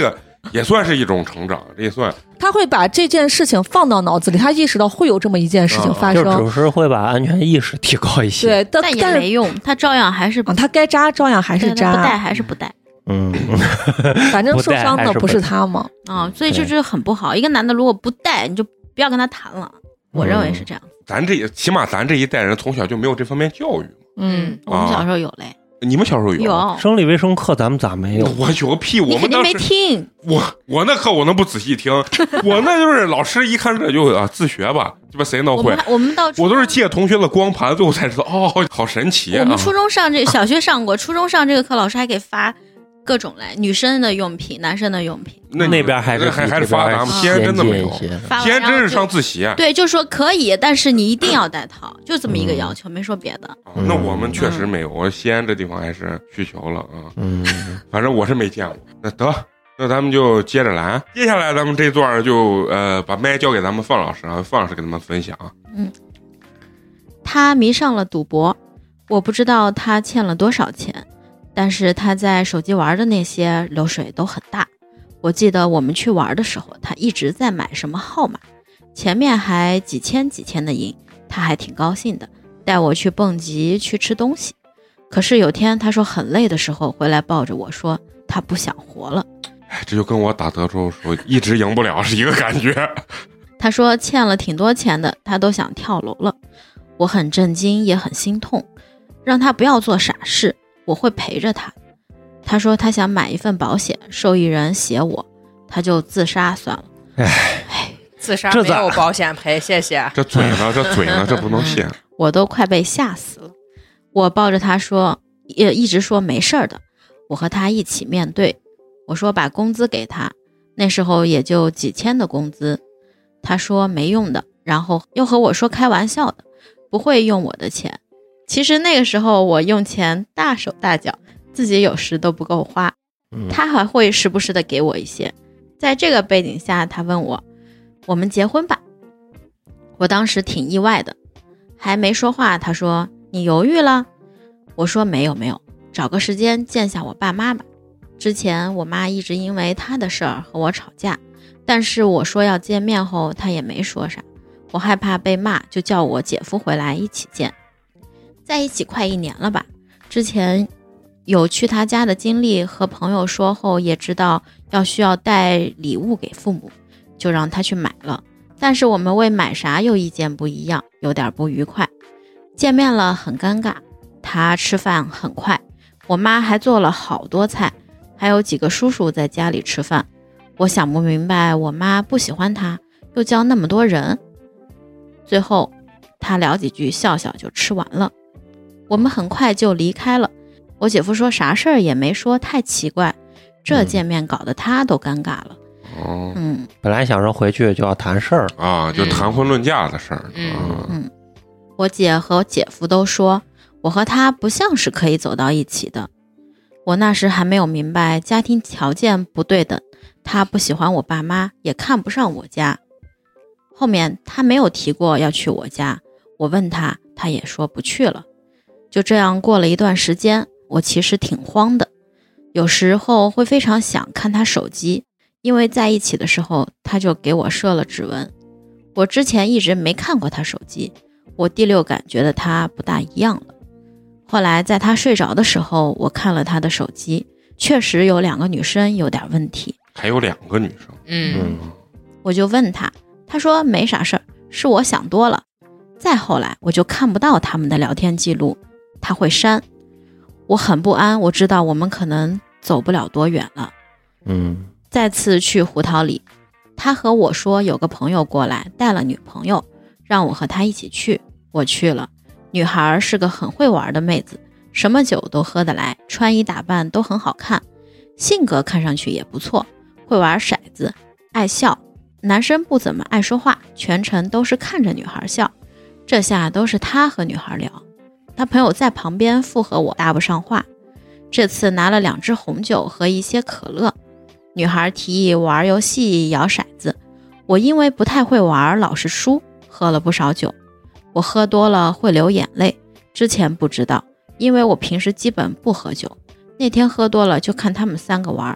也算是一种成长，这也算。 他会把这件事情放到脑子里，他意识到会有这么一件事情发生， 就只是会把安全意识提高一些。 对，但但也没用，他照样还是、 啊、他该扎照样还是扎， 不带还是不带。 嗯， 反正受伤的不是他嘛。 啊、哦，所以就是很不好。一个男的如果不带，你就不要跟他谈了。我认为是这样。 嗯、咱这起码咱这一代人从小就没有这方面教育。 嗯，我们小时候有嘞。 你们小时候有？ 有生理卫生课，咱们咋没有？ 我有个屁！我们当时没听。 我我那课我能不仔细听？我那就是老师一看这就啊自学吧，这不谁能会？ 我们, 我们到我都是借同学的光盘，最后才知道哦，好神奇、啊。 我们初中上这小学上过，初中上这个课，老师还给发各种来女生的用品、男生的用品。 那那边还是还还是发咱们西安真的没有，西安真是上自习。 对，就说可以，但是你一定要带套，就这么一个要求，嗯、没说别的、 嗯。那我们确实没有，我西安这地方还是需求了啊。嗯，反正我是没见过。那得，那咱们就接着来，接下来咱们这段就呃把麦交给咱们范老师啊，范老师给他们分享。 嗯，他迷上了赌博，我不知道他欠了多少钱。但是他在手机玩的那些流水都很大，我记得我们去玩的时候，他一直在买什么号码，前面还几千几千的赢，他还挺高兴的，带我去蹦极去吃东西。可是有天他说很累的时候回来抱着我说他不想活了。 这就跟我打德州的时候一直赢不了是一个感觉。 他说欠了挺多钱的，他都想跳楼了。我很震惊也很心痛，让他不要做傻事，我会陪着他。他说他想买一份保险，受益人写我，他就自杀算了。 唉，自杀没有保险赔，谢谢。 这嘴呢，这嘴呢，这不能信。 我都快被吓死了。我抱着他说，也一直说没事的。我和他一起面对，我说把工资给他，那时候也就几千的工资。他说没用的，然后又和我说开玩笑的，不会用我的钱。其实那个时候我用钱大手大脚，自己有时都不够花，他还会时不时的给我一些。在这个背景下，他问我我们结婚吧。我当时挺意外的，还没说话，他说你犹豫了？我说没有没有，找个时间见下我爸妈吧。之前我妈一直因为她的事儿和我吵架，但是我说要见面后，她也没说啥。我害怕被骂，就叫我姐夫回来一起见。在一起快一年了吧，之前有去他家的经历，和朋友说后也知道要需要带礼物给父母，就让他去买了。但是我们为买啥又意见不一样，有点不愉快。见面了很尴尬，他吃饭很快，我妈还做了好多菜，还有几个叔叔在家里吃饭。我想不明白，我妈不喜欢他，又叫那么多人。最后他聊几句，笑笑就吃完了。我们很快就离开了。我姐夫说啥事儿也没说，太奇怪，这见面搞得他都尴尬了。 哦， 嗯， 本来想着回去就要谈事儿啊，就谈婚论嫁的事儿。 嗯嗯，我姐和姐夫都说我和他不像是可以走到一起的。我那时还没有明白家庭条件不对等，他不喜欢我爸妈，也看不上我家。后面他没有提过要去我家，我问他，他也说不去了。就这样过了一段时间，我其实挺慌的，有时候会非常想看他手机，因为在一起的时候他就给我设了指纹。我之前一直没看过他手机，我第六感觉得他不大一样了。后来在他睡着的时候，我看了他的手机，确实有两个女生有点问题。 还有两个女生？ 嗯， 我就问他，他说没啥事儿，是我想多了。再后来我就看不到他们的聊天记录，他会删。我很不安，我知道我们可能走不了多远了。 嗯， 再次去胡桃里，他和我说有个朋友过来带了女朋友，让我和他一起去。我去了，女孩是个很会玩的妹子，什么酒都喝得来，穿衣打扮都很好看，性格看上去也不错，会玩骰子，爱笑。男生不怎么爱说话，全程都是看着女孩笑，这下都是他和女孩聊。他朋友在旁边附和我搭不上话。这次拿了两支红酒和一些可乐，女孩提议玩游戏摇骰子，我因为不太会玩，老是输，喝了不少酒。我喝多了会流眼泪，之前不知道，因为我平时基本不喝酒。那天喝多了就看他们三个玩，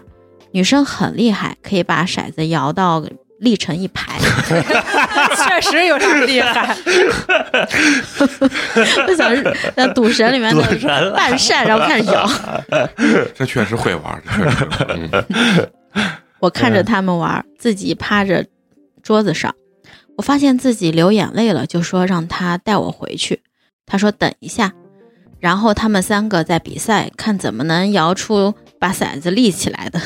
女生很厉害，可以把骰子摇到立成一排。 确实有点厉害。 我想那赌神里面的半扇，然后开始摇。 这确实会玩，这确实会玩。嗯、 我看着他们玩，自己趴着桌子上，我发现自己流眼泪了，就说让他带我回去。他说等一下，然后他们三个在比赛，看怎么能摇出把骰子立起来的。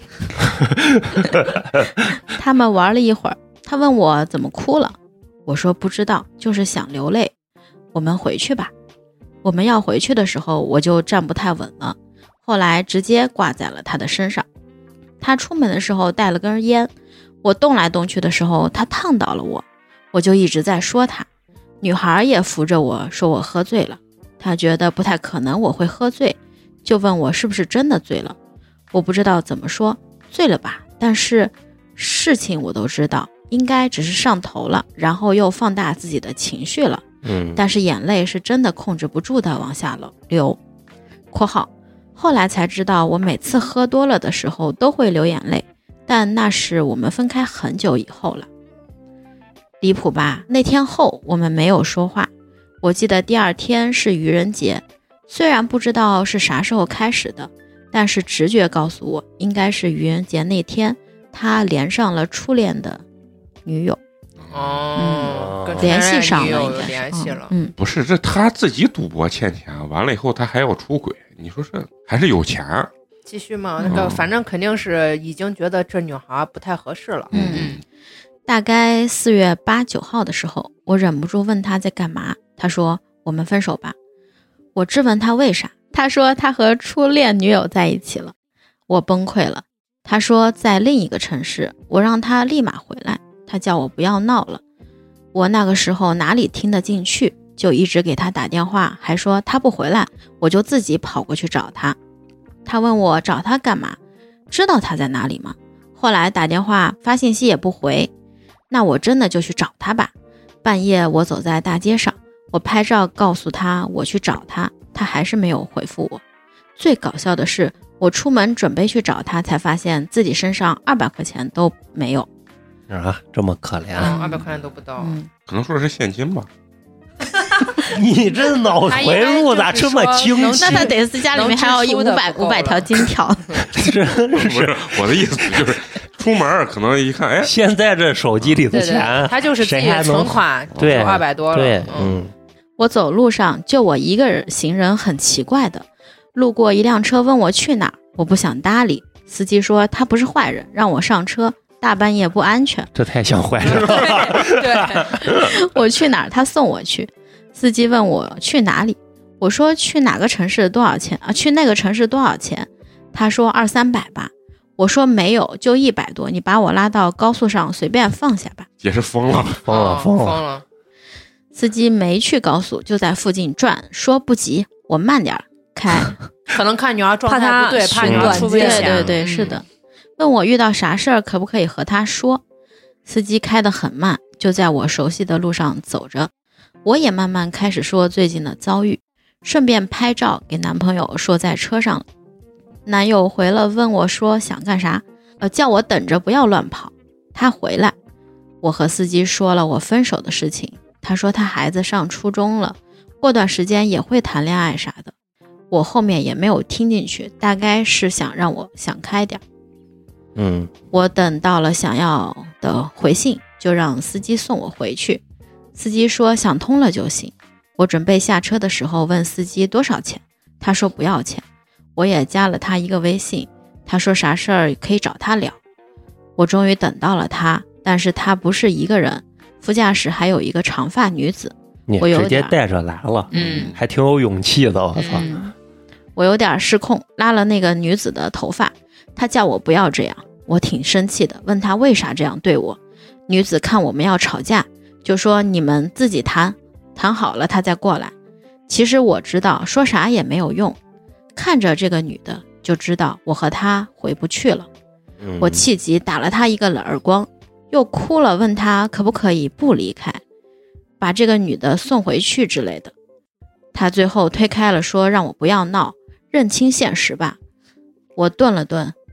他们玩了一会儿，他问我怎么哭了，我说不知道，就是想流泪。我们回去吧。我们要回去的时候，我就站不太稳了，后来直接挂在了他的身上。他出门的时候带了根烟，我动来动去的时候，他烫到了我，我就一直在说他。女孩也扶着我说我喝醉了，她觉得不太可能我会喝醉，就问我是不是真的醉了。我不知道怎么说，醉了吧，但是事情我都知道，应该只是上头了，然后又放大自己的情绪了。 嗯， 但是眼泪是真的控制不住的往下流。括号后来才知道，我每次喝多了的时候都会流眼泪，但那是我们分开很久以后了。离谱吧？那天后我们没有说话。我记得第二天是愚人节，虽然不知道是啥时候开始的，但是直觉告诉我，应该是愚人节那天他连上了初恋的女友。 哦， 嗯、联系上了，应该联系了。 嗯， 不是，这他自己赌博欠钱，完了以后他还要出轨，你说这还是有钱？ 继续嘛，那个反正肯定是已经觉得这女孩不太合适了。 嗯嗯。大概四月八九号的时候，我忍不住问他在干嘛，他说我们分手吧。我质问他为啥，他说他和初恋女友在一起了。我崩溃了，他说在另一个城市，我让他立马回来，他叫我不要闹了。我那个时候哪里听得进去，就一直给他打电话，还说他不回来，我就自己跑过去找他。他问我找他干嘛，知道他在哪里吗？后来打电话发信息也不回，那我真的就去找他吧。半夜我走在大街上，我拍照告诉他我去找他，他还是没有回复我。最搞笑的是，我出门准备去找他，才发现自己身上二百块钱都没有啊，这么可怜， 二百块钱都不到， 嗯， 可能说的是现金吧。 你这脑回路咋这么清晰？ 那他得是家里面还有五百五百条金条。 真是，不是我的意思就是出门可能一看，哎， 现在这手机里的钱， 他就是自己存款， 对， 二百多了。 对，嗯。 我走路上就我一个人行人，很奇怪的，路过一辆车问我去哪儿，我不想搭理。司机说他不是坏人，让我上车，大半夜不安全。 这太像坏人了。 对，我去哪儿他送我去。司机问我去哪里，我说去哪个城市多少钱啊？去那个城市多少钱？他说二三百吧。我说没有，就一百多，你把我拉到高速上随便放下吧。 也是疯了， 疯了，疯了， 疯了。 司机没去高速，就在附近转，说不急，我慢点开。 可能看女儿状态不对，怕女儿出危险。 对对对，是的。问我遇到啥事儿，可不可以和他说？司机开得很慢，就在我熟悉的路上走着。我也慢慢开始说最近的遭遇，顺便拍照给男朋友说在车上了。男友回了问我说想干啥，呃，叫我等着不要乱跑。他回来，我和司机说了我分手的事情。他说他孩子上初中了，过段时间也会谈恋爱啥的。我后面也没有听进去，大概是想让我想开点。 嗯， 我等到了想要的回信，就让司机送我回去。司机说想通了就行。我准备下车的时候问司机多少钱，他说不要钱。我也加了他一个微信，他说啥事儿可以找他聊。我终于等到了他，但是他不是一个人，副驾驶还有一个长发女子。 你直接带着来了， 嗯， 还挺有勇气的，我操、 嗯！我有点失控，拉了那个女子的头发，她叫我不要这样，我挺生气的，问她为啥这样对我。女子看我们要吵架，就说你们自己谈，谈好了她再过来。其实我知道说啥也没有用，看着这个女的就知道我和她回不去了。 嗯、 我气急打了她一个耳光，又哭了，问她可不可以不离开，把这个女的送回去之类的。她最后推开了，说让我不要闹，认清现实吧。我顿了顿，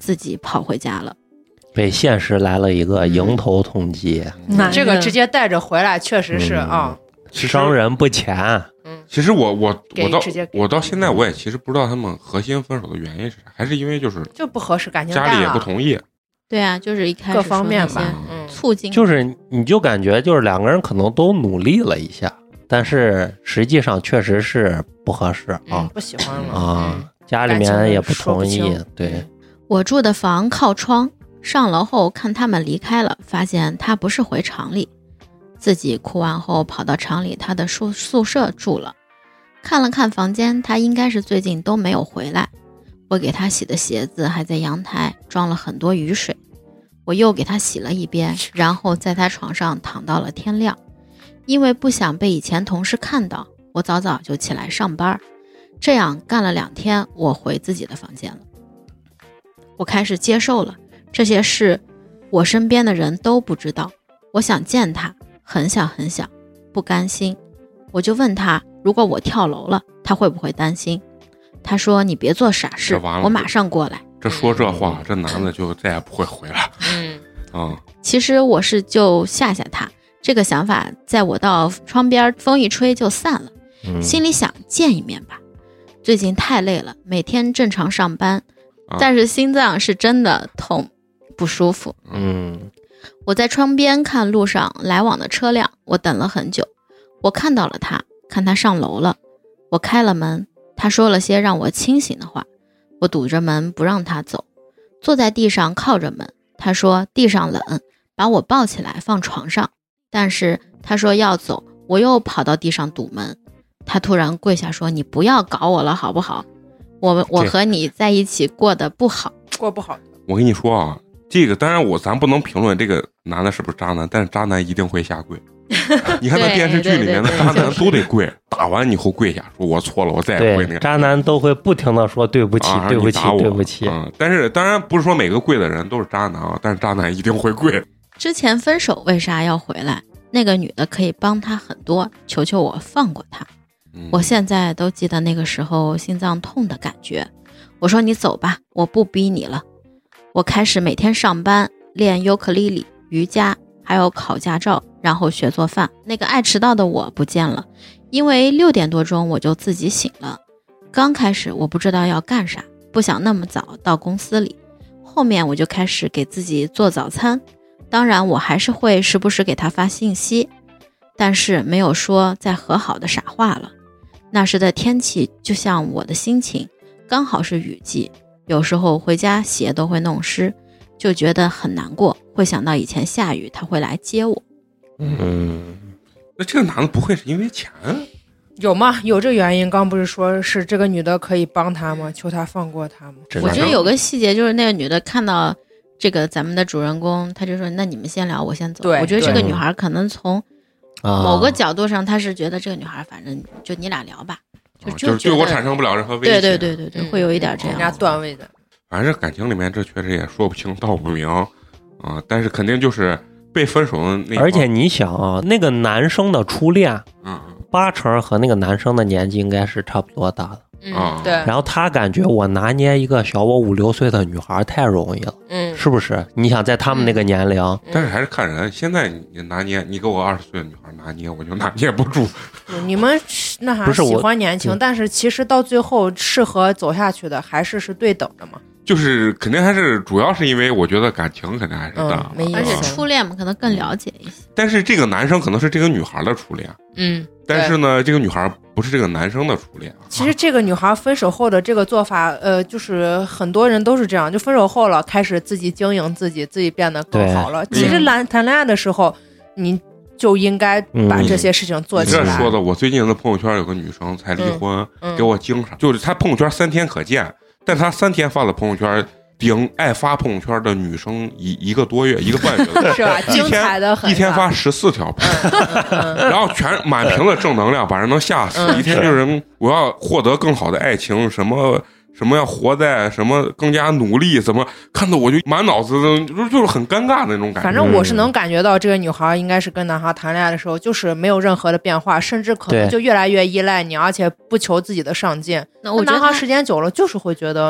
自己跑回家了。 被现实来了一个迎头痛击， 嗯、这个直接带着回来，确实是啊。 嗯、伤人不浅。 嗯，其实我我我到我到现在我也其实不知道他们核心分手的原因是啥，还是因为就是就不合适，感情家里也不同意。 对啊，就是一开始各方面吧， 嗯，促进， 就是你就感觉就是两个人可能都努力了一下，但是实际上确实是不合适啊， 嗯、不喜欢了啊，嗯、家里面也不同意。对， 我住的房靠窗，上楼后看他们离开了，发现他不是回厂里，自己哭完后跑到厂里他的宿宿舍住了。看了看房间，他应该是最近都没有回来。我给他洗的鞋子还在阳台装了很多雨水，我又给他洗了一遍，然后在他床上躺到了天亮。因为不想被以前同事看到，我早早就起来上班。这样干了两天，我回自己的房间了。我开始接受了这些事，我身边的人都不知道。我想见他，很想很想，不甘心。我就问他，如果我跳楼了，他会不会担心？他说你别做傻事，我马上过来。 这说这话，这男的就再也不会回来。 嗯嗯， 其实我是就吓吓他，这个想法在我到窗边风一吹就散了， 嗯、 心里想见一面吧。最近太累了，每天正常上班， 啊、 但是心脏是真的痛不舒服。 嗯， 我在窗边看路上来往的车辆，我等了很久，我看到了他，看他上楼了，我开了门。他说了些让我清醒的话，我堵着门不让他走，坐在地上靠着门。他说地上冷，把我抱起来放床上，但是他说要走，我又跑到地上堵门。他突然跪下说，你不要搞我了好不好？我我和你在一起过得不好， 过不好。 我跟你说啊，这个当然我咱不能评论这个男的是不是渣男，但是渣男一定会下跪。你看那电视剧里面的渣男都得跪，打完以后跪下说我错了，我再也不会那个。 渣男都会不停的说对不起、 啊、 对不起对不起。 嗯，但是当然不是说每个跪的人都是渣男啊，但是渣男一定会跪。 之前分手为啥要回来？那个女的可以帮他很多，求求我放过他。 嗯、 我现在都记得那个时候心脏痛的感觉。我说你走吧，我不逼你了。我开始每天上班，练尤克里里、瑜伽，还有考驾照，然后学做饭。那个爱迟到的我不见了，因为六点多钟我就自己醒了。刚开始我不知道要干啥，不想那么早到公司里，后面我就开始给自己做早餐。当然我还是会时不时给他发信息，但是没有说再和好的傻话了。那时的天气就像我的心情，刚好是雨季，有时候回家鞋都会弄湿，就觉得很难过，会想到以前下雨他会来接我。 嗯， 那这个男的不会是因为钱？ 有吗？有这原因？刚不是说是这个女的可以帮他吗？求他放过他吗？ 我觉得有个细节就是那个女的看到这个咱们的主人公，他就说那你们先聊，我先走。我觉得这个女孩可能从某个角度上，她是觉得这个女孩反正就你俩聊吧，就就是对我产生不了任何威胁。 对对对对对，会有一点这样。 人家段位的， 反正感情里面这确实也说不清道不明啊，但是肯定就是被分手的那。 而且你想啊，那个男生的初恋， 嗯， 八成和那个男生的年纪应该是差不多大的。 嗯，对。 然后他感觉我拿捏一个小我五六岁的女孩太容易了， 嗯， 是不是？你想在他们那个年龄， 嗯、但是还是看人。现在你拿捏，你给我二十岁的女孩拿捏，我就拿捏不住。 你们那啥喜欢年轻，但是其实到最后适合走下去的还是是对等的嘛。 就是肯定还是主要是因为我觉得感情肯定还是大， 嗯、没而且初恋嘛，可能更了解一些。 但是这个男生可能是这个女孩的初恋， 嗯， 但是呢，这个女孩不是这个男生的初恋。 其实这个女孩分手后的这个做法，呃，就是很多人都是这样，就分手后了，开始自己经营自己，自己变得更好了。其实谈谈恋爱的时候，你就应该把这些事情做起来。 你这说的，我最近的朋友圈有个女生才离婚， 嗯嗯、 给我精神，就是她朋友圈三天可见。但他三天发的朋友圈，顶爱发朋友圈的女生一一个多月，一个半月是吧？精彩的很， 一天发十四条朋友圈， 嗯嗯、 然后全满屏的正能量，把人能吓死。嗯、一天就是我要获得更好的爱情，什么什么要活在什么更加努力，怎么看得我就满脑子就就是很尴尬的那种感觉。 反正我是能感觉到，这个女孩应该是跟男孩谈恋爱的时候，就是没有任何的变化，甚至可能就越来越依赖你，而且不求自己的上进。 那我男孩时间久了，就是会觉得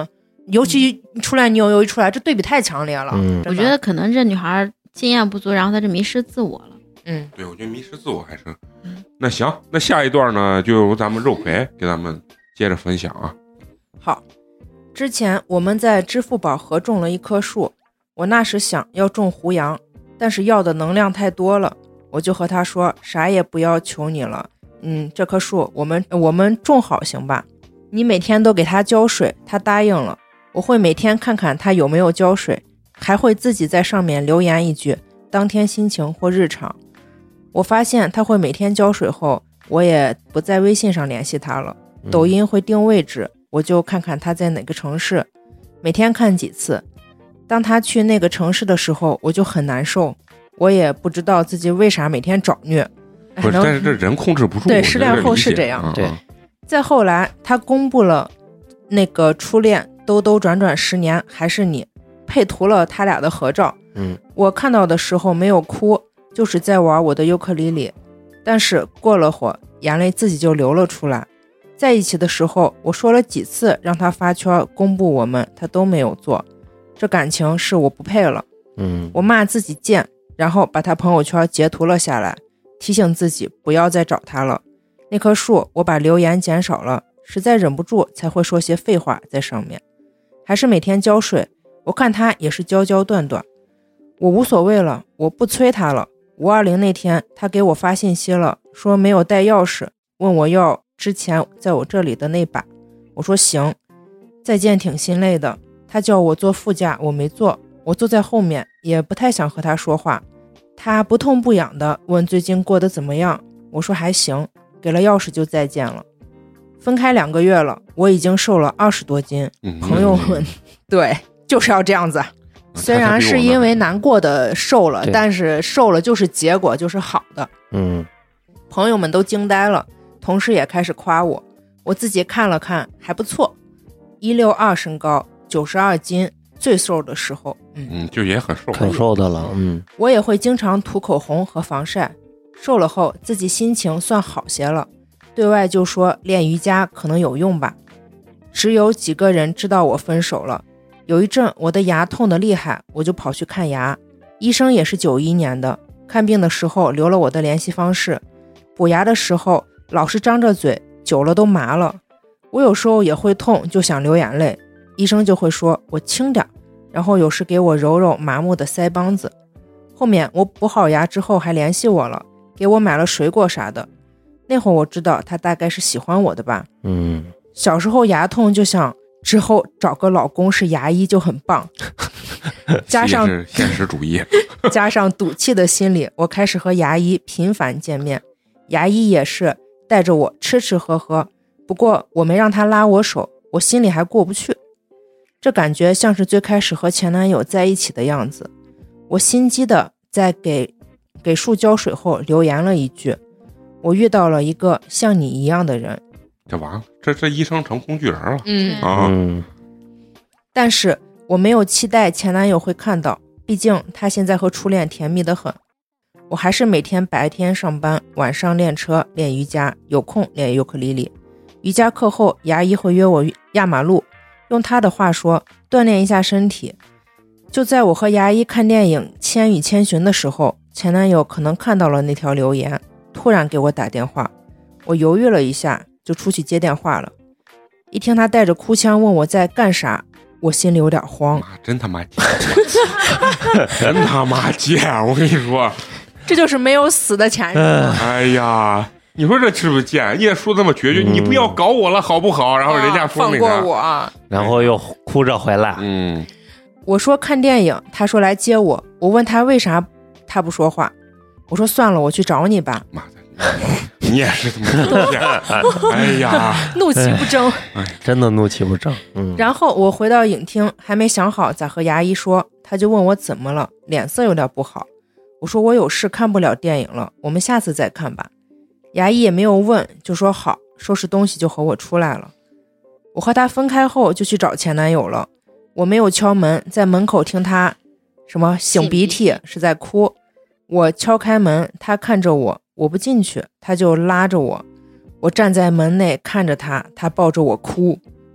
尤其初恋女友又一出来，这对比太强烈了。 嗯， 我觉得可能这女孩经验不足，然后她就迷失自我了。 嗯， 对，我觉得迷失自我还是。那行，那下一段呢，就由咱们肉葵给咱们接着分享啊。 好，之前我们在支付宝合种了一棵树，我那时想要种胡杨，但是要的能量太多了，我就和他说啥也不要求你了，嗯，这棵树我们我们种好行吧？你每天都给它浇水，他答应了。我会每天看看他有没有浇水，还会自己在上面留言一句当天心情或日常。我发现他会每天浇水后，我也不在微信上联系他了，抖音会定位置，我就看看他在哪个城市，每天看几次。当他去那个城市的时候，我就很难受，我也不知道自己为啥每天找虐。 不是，但是这人控制不住。 对，失恋后是这样。 对。 再后来，他公布了那个初恋兜兜转转十年还是你，配图了他俩的合照。 嗯， 我看到的时候没有哭，就是在玩我的尤克里里，但是过了会儿，眼泪自己就流了出来。在一起的时候，我说了几次让他发圈公布我们，他都没有做。这感情是我不配了。 嗯， 我骂自己贱，然后把他朋友圈截图了下来，提醒自己不要再找他了。那棵树我把留言减少了，实在忍不住才会说些废话在上面。还是每天浇水，我看他也是浇浇断断。我无所谓了，我不催他了。五二零那天他给我发信息了，说没有带钥匙，问我要之前在我这里的那把。我说行。再见挺心累的，他叫我坐副驾，我没坐，我坐在后面，也不太想和他说话。他不痛不痒的问最近过得怎么样，我说还行，给了钥匙就再见了。分开两个月了，我已经瘦了二十多斤。 嗯、 朋友们，对，就是要这样子。虽然是因为难过的瘦了，但是瘦了就是结果就是好的。 嗯， 朋友们都惊呆了，同事也开始夸我。我自己看了看，还不错，一六二身高，九十二斤，最瘦的时候。 嗯嗯，就也很瘦， 很瘦的了。嗯， 我也会经常涂口红和防晒。瘦了后，自己心情算好些了，对外就说练瑜伽可能有用吧。只有几个人知道我分手了。有一阵我的牙痛得厉害，我就跑去看牙，医生也是九一年的，看病的时候留了我的联系方式。补牙的时候老是张着嘴，久了都麻了。我有时候也会痛，就想流眼泪，医生就会说我轻点，然后有时给我揉揉麻木的腮帮子。后面我补好牙之后还联系我了，给我买了水果啥的。那会儿我知道他大概是喜欢我的吧。 嗯， 小时候牙痛就想之后找个老公是牙医就很棒，加上是现实主义， 加上赌气的心理，我开始和牙医频繁见面。牙医也是带着我吃吃喝喝，不过我没让他拉我手，我心里还过不去。这感觉像是最开始和前男友在一起的样子。我心机的在给给树浇水后留言了一句：我遇到了一个像你一样的人。 这完了，这这医生成工具人了。 嗯啊， 嗯， 但是我没有期待前男友会看到，毕竟他现在和初恋甜蜜得很。我还是每天白天上班，晚上练车练瑜伽，有空练尤克里里。瑜伽课后牙医会约我压马路，用他的话说锻炼一下身体。就在我和牙医看电影《千与千寻》的时候，前男友可能看到了那条留言，突然给我打电话。我犹豫了一下，就出去接电话了。一听他带着哭腔问我在干啥，我心里有点慌。 真他妈贱，真他妈贱！我跟你说， 这就是没有死的前任。 哎呀，你说这是不是贱？你也说这么决绝， 嗯、 你不要搞我了好不好？然后人家说那个、 啊、放过我， 然后又哭着回来。 嗯， 我说看电影，他说来接我。我问他为啥他不说话，我说算了，我去找你吧。 妈的，你也是这么贱！哎呀， 怒其不争， 哎，真的怒其不争。嗯。 然后我回到影厅，还没想好咋和牙医说，他就问我怎么了，脸色有点不好。我说我有事看不了电影了，我们下次再看吧。牙医也没有问，就说好，收拾东西就和我出来了。我和他分开后就去找前男友了。我没有敲门，在门口听他什么擤鼻涕，是在哭。我敲开门，他看着我，我不进去，他就拉着我。我站在门内看着他，他抱着我哭。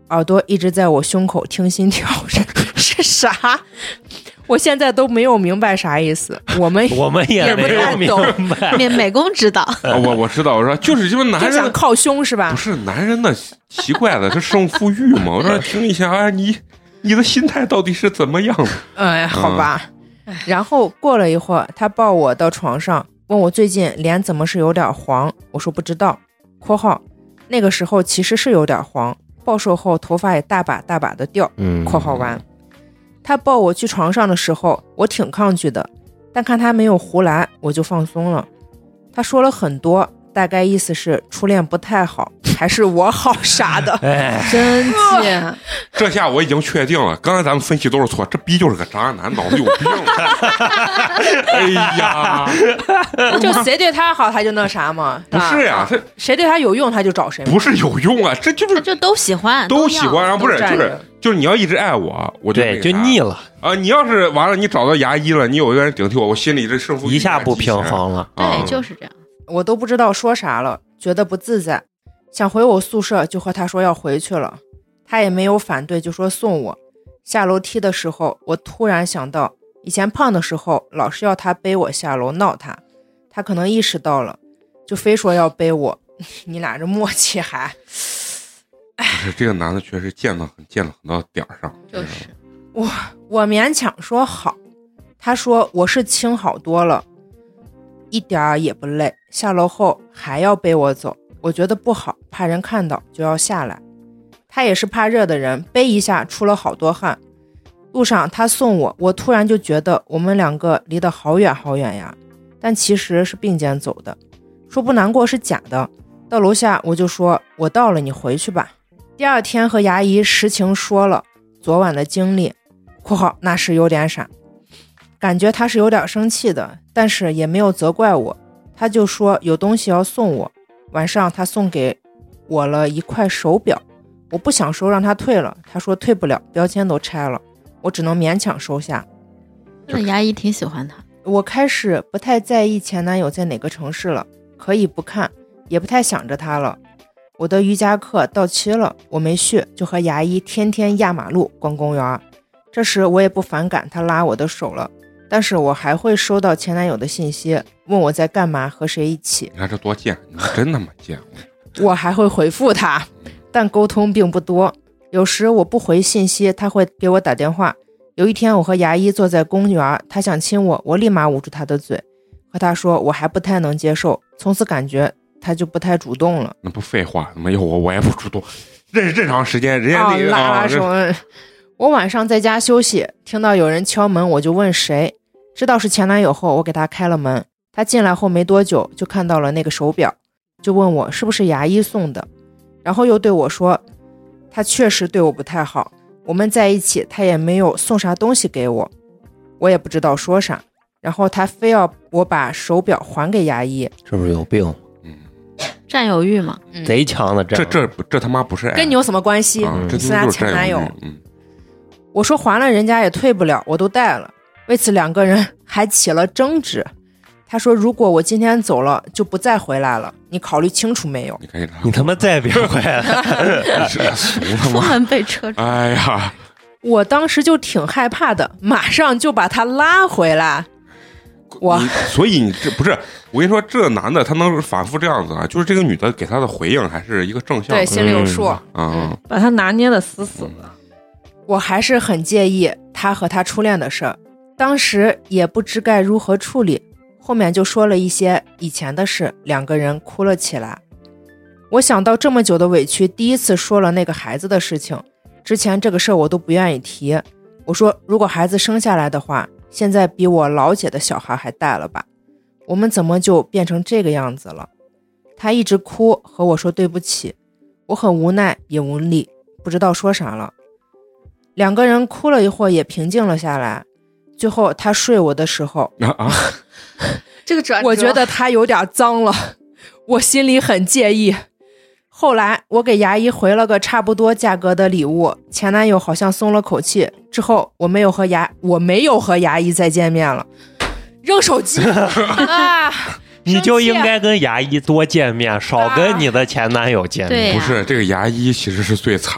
耳朵一直在我胸口听心跳，是是啥？我现在都没有明白啥意思。我们我们也没有明白， 美美工知道。 啊、我我知道，我说就是因为男人就想靠胸是吧？ 不是男人的奇怪的是胜负欲嘛。我说听一下啊，你你的心态到底是怎么样的？ 哎，好吧。嗯、然后过了一会儿，他抱我到床上，问我最近脸怎么是有点黄。我说不知道。（括号那个时候其实是有点黄，暴瘦后头发也大把大把的掉。） 嗯， 括号完。他抱我去床上的时候，我挺抗拒的，但看他没有胡来，我就放松了。他说了很多，大概意思是初恋不太好，还是我好啥的。 哎， 真气！ 这下我已经确定了，刚才咱们分析都是错，这逼就是个渣男，脑子有病。哎呀， 就谁对他好，他就那啥嘛。 不是呀，他谁对他有用，他就找谁。 不是有用啊，这就是就都喜欢， 都喜欢，然后不是就是就是你要一直爱我，我就对就腻了啊。你要是完了，你找到牙医了，你有一个人顶替我，我心里这胜负一下不平衡了。 对，就是这样。 我都不知道说啥了，觉得不自在，想回我宿舍，就和他说要回去了。他也没有反对，就说送我。下楼梯的时候，我突然想到，以前胖的时候，老是要他背我下楼闹他，他可能意识到了，就非说要背我。你俩这默契还…… 不是这个男的确实贱得很，贱得很到点儿上。 就是我我勉强说好，他说我是轻好多了，一点儿也不累。下楼后还要背我走，我觉得不好，怕人看到就要下来。他也是怕热的人，背一下出了好多汗。路上他送我，我突然就觉得我们两个离得好远好远呀，但其实是并肩走的。说不难过是假的。到楼下我就说我到了，你回去吧。第二天和牙医实情说了昨晚的经历（括号那时有点傻），感觉他是有点生气的，但是也没有责怪我。他就说有东西要送我，晚上他送给我了一块手表，我不想收，让他退了，他说退不了，标签都拆了，我只能勉强收下。 那牙医挺喜欢他。 我开始不太在意前男友在哪个城市了，可以不看，也不太想着他了。我的瑜伽课到期了，我没去，就和牙医天天压马路逛公园。这时我也不反感他拉我的手了，但是我还会收到前男友的信息，问我在干嘛，和谁一起。 你看这多贱，你真他妈贱！ 我还会回复他，但沟通并不多。有时我不回信息，他会给我打电话。有一天我和牙医坐在公园，他想亲我，我立马捂住他的嘴，和他说我还不太能接受。从此感觉他就不太主动了。 那不废话，没有我我也不主动。认识这长时间，人家那个、哦、拉拉手。我晚上在家休息，听到有人敲门，我就问谁，知道是前男友后，我给他开了门。他进来后没多久就看到了那个手表，就问我是不是牙医送的，然后又对我说他确实对我不太好，我们在一起他也没有送啥东西给我，我也不知道说啥，然后他非要我把手表还给牙医。 是不是有病？ 嗯， 占有欲嘛、 嗯、贼强的这这这他妈不是爱， 跟你有什么关系、 嗯、 你是他前男友。 嗯， 我说还了人家也退不了，我都带了。为此两个人还起了争执。他说如果我今天走了就不再回来了，你考虑清楚没有？ 你可以你他妈再别回来了。 出门被车撞。 哎呀， 我当时就挺害怕的，马上就把他拉回来。我所以你这不是我跟你说，这男的他能反复这样子啊，就是这个女的给他的回应还是一个正向的， 对，心里有数。 嗯，嗯把他拿捏的死死的。 我还是很介意他和他初恋的事儿，当时也不知该如何处理，后面就说了一些以前的事，两个人哭了起来。我想到这么久的委屈，第一次说了那个孩子的事情，之前这个事儿我都不愿意提。我说如果孩子生下来的话，现在比我老姐的小孩还大了吧，我们怎么就变成这个样子了？他一直哭，和我说对不起，我很无奈也无力，不知道说啥了。两个人哭了一会儿也平静了下来，最后他睡我的时候啊啊， 这个转折我觉得他有点脏了，我心里很介意。后来我给牙医回了个差不多价格的礼物，前男友好像松了口气，之后我没有和牙我没有和牙医再见面了。扔手机啊！ 你就应该跟牙医多见面，少跟你的前男友见面。 对、啊， 不是这个牙医其实是最惨。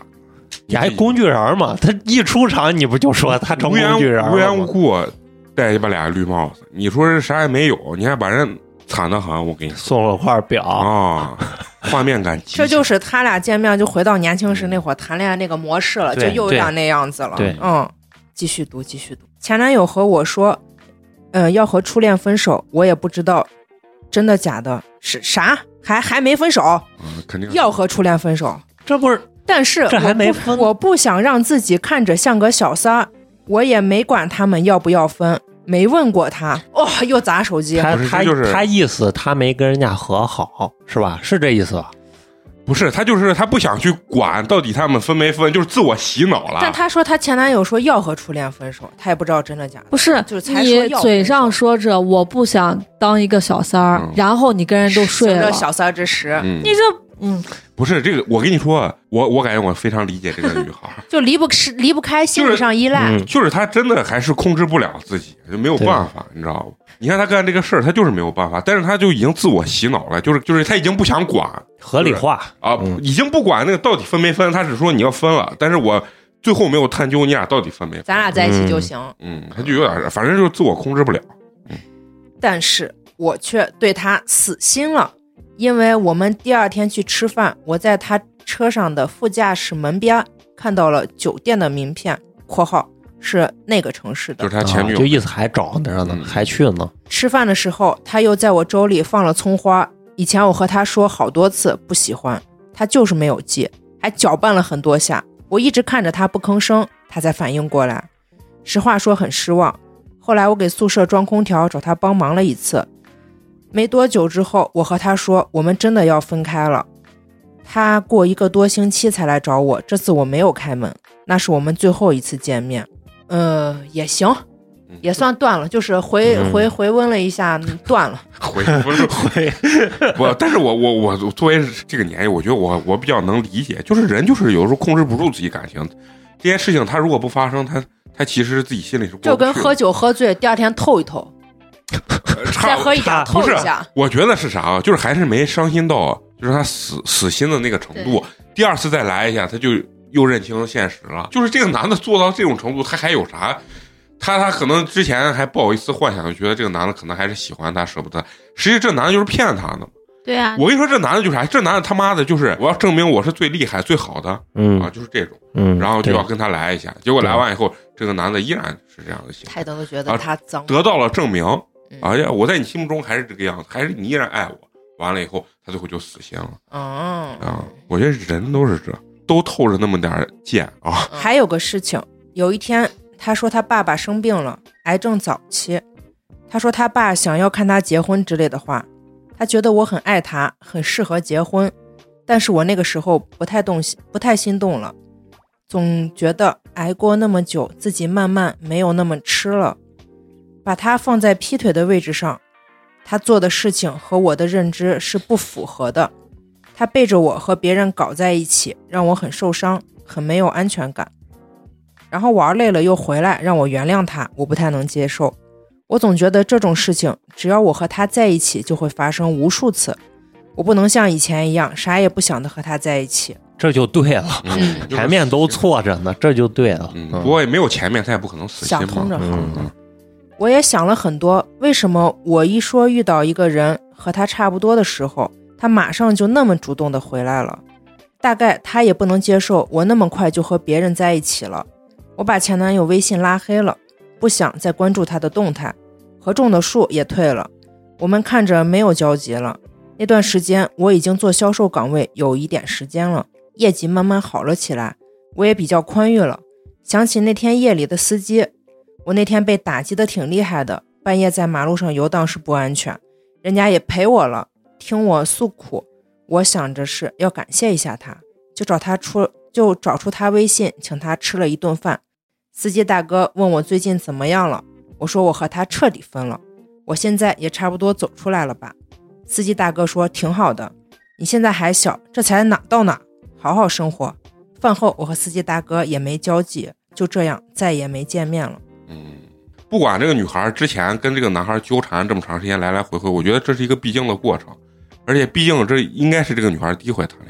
你还工具人嘛？他一出场你不就说他成工具人了吗？ 无缘无故戴一把俩绿帽子，你说是啥也没有，你还把人惨得很。我给你送了块表啊，画面感极强。 这就是他俩见面就回到年轻时那会儿谈恋爱那个模式了，就又有点那样子了。 对， 嗯，继续读，继续读。前男友和我说，嗯、呃，要和初恋分手，我也不知道真的假的，是啥？还还没分手？ 嗯，肯定要和初恋分手， 这不是？ 但是这还没分， 我不想让自己看着像个小三儿，我也没管他们要不要分，没问过他。哦，又砸手机。 他他、就是、他意思他没跟人家和好，是吧？是这意思吧？ 不是，他就是他不想去管到底他们分没分，就是自我洗脑了。 但他说他前男友说要和初恋分手，他也不知道真的假的。 不是， 就是才说你嘴上说着我不想当一个小三儿、嗯，然后你跟人都睡了， 小三之时， 嗯、 你这嗯， 不是这个，我跟你说，我我感觉我非常理解这个女孩， 就离不离不开，心理上依赖、 就是嗯，就是她真的还是控制不了自己，就没有办法，你知道吗？你看她干这个事儿，她就是没有办法，但是她就已经自我洗脑了，就是就是她已经不想管， 合理化啊、嗯，已经不管那个到底分没分，她只说你要分了，但是我最后没有探究你俩到底分没分， 咱俩在一起就行， 嗯，她就有点，反正就是自我控制不了，嗯， 但是我却对她死心了。因为我们第二天去吃饭，我在他车上的副驾驶门边看到了酒店的名片（括号是那个城市的）， 就是他前女友， 就意思还找着呢、嗯，还去呢。 吃饭的时候，他又在我粥里放了葱花。以前我和他说好多次不喜欢，他就是没有记，还搅拌了很多下。我一直看着他不吭声，他才反应过来。实话说很失望。后来我给宿舍装空调，找他帮忙了一次。没多久之后，我和他说我们真的要分开了。他过一个多星期才来找我，这次我没有开门，那是我们最后一次见面。呃，也行，也算断了，就是回、嗯、回回温了一下，断了。 回不是回，不，但是我我我作为这个年纪，我觉得我我比较能理解，就是人就是有时候控制不住自己感情，这件事情他如果不发生，他他其实自己心里是过不去的， 就跟喝酒喝醉，第二天透一透。再喝一点透一下， 我觉得是啥啊？就是还是没伤心到，就是他死死心的那个程度。第二次再来一下，他就又认清现实了。就是这个男的做到这种程度，他还有啥？他他可能之前还抱一丝幻想，觉得这个男的可能还是喜欢他，舍不得。实际这男的就是骗他的。 对啊， 我跟你说，这男的就是啥？这男的他妈的就是我要证明我是最厉害、最好的， 嗯啊，就是这种， 嗯， 然后就要跟他来一下。结果来完以后，这个男的依然是这样的心态。 泰德都觉得他脏， 得到了证明。哎呀，我在你心目中还是这个样子，还是你依然爱我。完了以后，他最后就死心了。 嗯啊，我觉得人都是这，都透着那么点贱啊。 还有个事情，有一天他说他爸爸生病了，癌症早期。他说他爸想要看他结婚之类的话，他觉得我很爱他，很适合结婚。但是我那个时候不太动心，不太心动了，总觉得挨过那么久，自己慢慢没有那么吃了。把他放在劈腿的位置上，他做的事情和我的认知是不符合的。他背着我和别人搞在一起，让我很受伤，很没有安全感。然后玩累了又回来让我原谅他，我不太能接受。我总觉得这种事情只要我和他在一起就会发生无数次，我不能像以前一样啥也不想的和他在一起。 这就对了，嗯、前面都错着呢，这就对了。 嗯，不过也没有前面，他也不可能死心嘛。 想通着好。 嗯我也想了很多，为什么我一说遇到一个人和他差不多的时候，他马上就那么主动的回来了？大概他也不能接受我那么快就和别人在一起了。我把前男友微信拉黑了，不想再关注他的动态，合种的树也退了，我们看着没有交集了。那段时间我已经做销售岗位有一点时间了，业绩慢慢好了起来，我也比较宽裕了。想起那天夜里的司机，我那天被打击的挺厉害的，半夜在马路上游荡是不安全，人家也陪我了，听我诉苦。我想着是要感谢一下他，就找他出就找出他微信，请他吃了一顿饭。司机大哥问我最近怎么样了，我说我和他彻底分了，我现在也差不多走出来了吧。司机大哥说挺好的，你现在还小，这才哪到哪，好好生活。饭后我和司机大哥也没交集，就这样再也没见面了。 嗯，不管这个女孩之前跟这个男孩纠缠这么长时间来来回回，我觉得这是一个必经的过程，而且毕竟这应该是这个女孩第一回谈恋爱，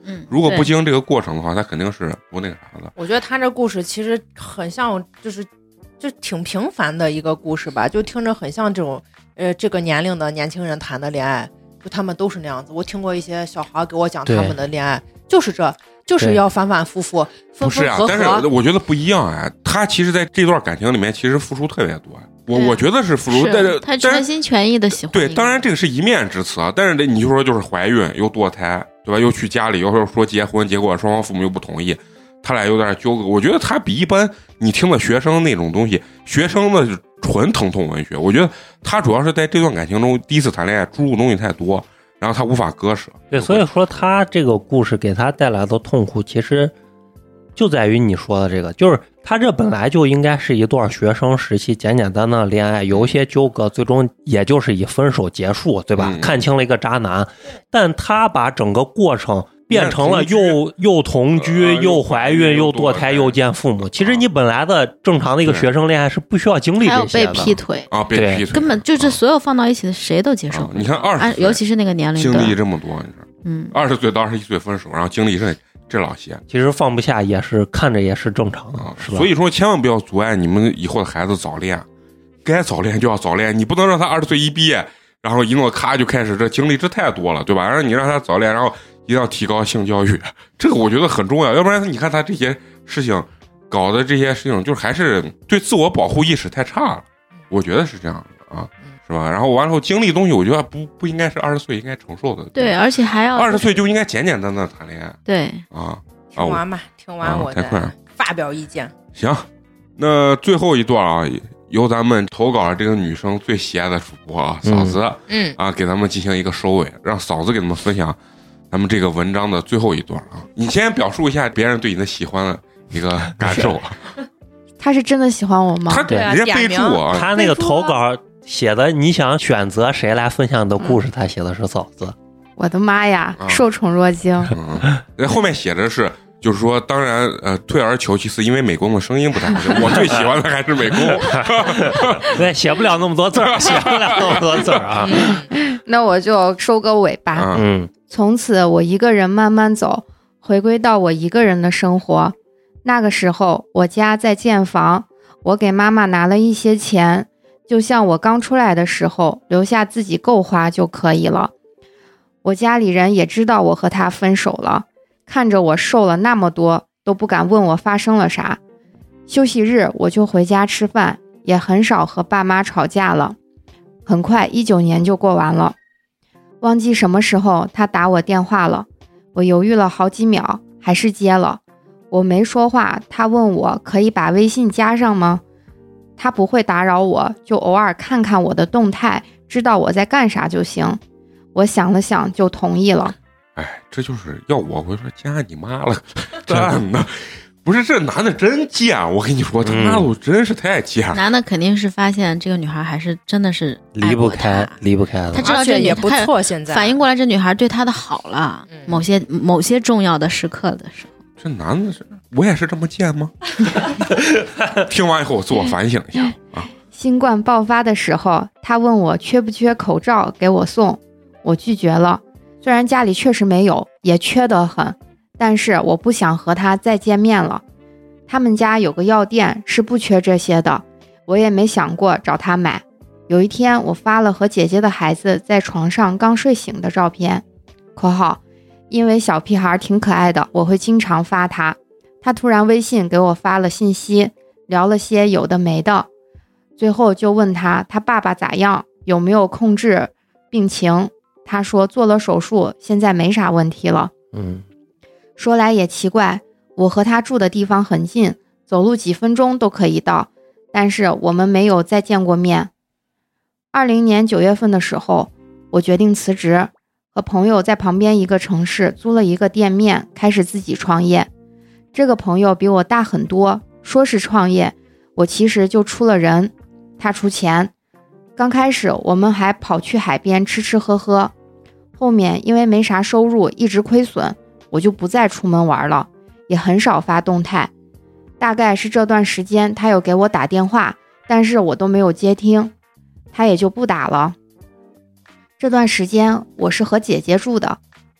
嗯， 如果不经这个过程的话，他肯定是不那个啥的。 我觉得他这故事其实很像，就是就挺平凡的一个故事吧，就听着很像这种呃这个年龄的年轻人谈的恋爱，就他们都是那样子。我听过一些小孩给我讲他们的恋爱，就是这就是要反反复复，分分合合。 不是啊，但是我觉得不一样哎，他其实在这段感情里面其实付出特别多。我我觉得是付出，但是他全心全意的喜欢。 对，当然这个是一面之词啊。但是你就说就是怀孕又堕胎，对吧？又去家里又说结婚，结果双方父母又不同意，他俩有点纠葛。我觉得他比一般你听的学生那种东西，学生的纯疼痛文学。我觉得他主要是在这段感情中第一次谈恋爱，注入东西太多，然后他无法割舍。 对，所以说他这个故事给他带来的痛苦，其实就在于你说的这个，就是他这本来就应该是一段学生时期简简单单的恋爱，有一些纠葛，最终也就是以分手结束，对吧？嗯、看清了一个渣男，但他把整个过程变成了又又同居、呃、又怀孕、又堕胎、又见父母。其实你本来的正常的一个学生恋爱是不需要经历这些的。 还有被劈腿啊，被劈腿， 根本就是所有放到一起的谁都接受、啊。 你看二十岁， 尤其是那个年龄经历这么多，你知道， 嗯， 二十岁到二十一岁分手，然后经历这。这老些， 其实放不下也是看着也是正常的，啊、是吧？ 所以说，千万不要阻碍你们以后的孩子早恋，该早恋就要早恋，你不能让他二十岁一毕业，然后一弄咔就开始这经历，这太多了，对吧？然后你让他早恋，然后一定要提高性教育，这个我觉得很重要，要不然你看他这些事情搞的这些事情，就是还是对自我保护意识太差了，我觉得是这样的啊。是吧？然后完了后经历的东西，我觉得不不应该是二十岁应该承受的。 对，而且还要二十岁就应该简简单单谈恋爱。 对啊， 听完吧，听完我再发表意见。 行，那最后一段啊，由咱们投稿的这个女生最喜爱的主播啊，嫂子， 嗯啊，给咱们进行一个收尾，让嫂子给咱们分享咱们这个文章的最后一段啊。你先表述一下别人对你的喜欢的一个感受。 他是真的喜欢我吗？ 他人家备注啊， 他那个投稿。写的你想选择谁来分享你的故事，他写的是嫂子。 我的妈呀，啊、受宠若惊。 嗯，后面写着是，就是说，当然，呃，退而求其次，因为美工的声音不太行，我最喜欢的还是美工。 对，写不了那么多字儿，写不了那么多字儿啊。 那我就收个尾吧。 嗯， 从此我一个人慢慢走，回归到我一个人的生活。那个时候，我家在建房，我给妈妈拿了一些钱。就像我刚出来的时候，留下自己够花就可以了。我家里人也知道我和他分手了，看着我瘦了那么多，都不敢问我发生了啥。休息日我就回家吃饭，也很少和爸妈吵架了。很快一九年就过完了，忘记什么时候他打我电话了，我犹豫了好几秒，还是接了。我没说话，他问我可以把微信加上吗？他不会打扰我，就偶尔看看我的动态，知道我在干啥就行。我想了想，就同意了。 哎，这就是要我，我说加你妈了，真的不是这男的真贱，我跟你说，他妈的真是太贱了。 男的肯定是发现这个女孩还是真的是离不开，离不开了。 他知道这也不错，现在反应过来这女孩对他的好了，嗯、某些某些重要的时刻的时候。 这男的是，我也是这么贱吗？听完以后，我自我反省一下啊。 新冠爆发的时候，他问我缺不缺口罩给我送，我拒绝了。虽然家里确实没有，也缺得很，但是我不想和他再见面了。他们家有个药店是不缺这些的，我也没想过找他买。有一天，我发了和姐姐的孩子在床上刚睡醒的照片（括号因为小屁孩挺可爱的，我会经常发他）。他突然微信给我发了信息，聊了些有的没的，最后就问他他爸爸咋样，有没有控制病情。他说做了手术，现在没啥问题了。 嗯， 说来也奇怪，我和他住的地方很近，走路几分钟都可以到，但是我们没有再见过面。二零年九月份的时候，我决定辞职，和朋友在旁边一个城市租了一个店面，开始自己创业。这个朋友比我大很多，说是创业，我其实就出了人，他出钱。刚开始我们还跑去海边吃吃喝喝，后面因为没啥收入，一直亏损，我就不再出门玩了，也很少发动态。大概是这段时间他有给我打电话，但是我都没有接听，他也就不打了。这段时间我是和姐姐住的，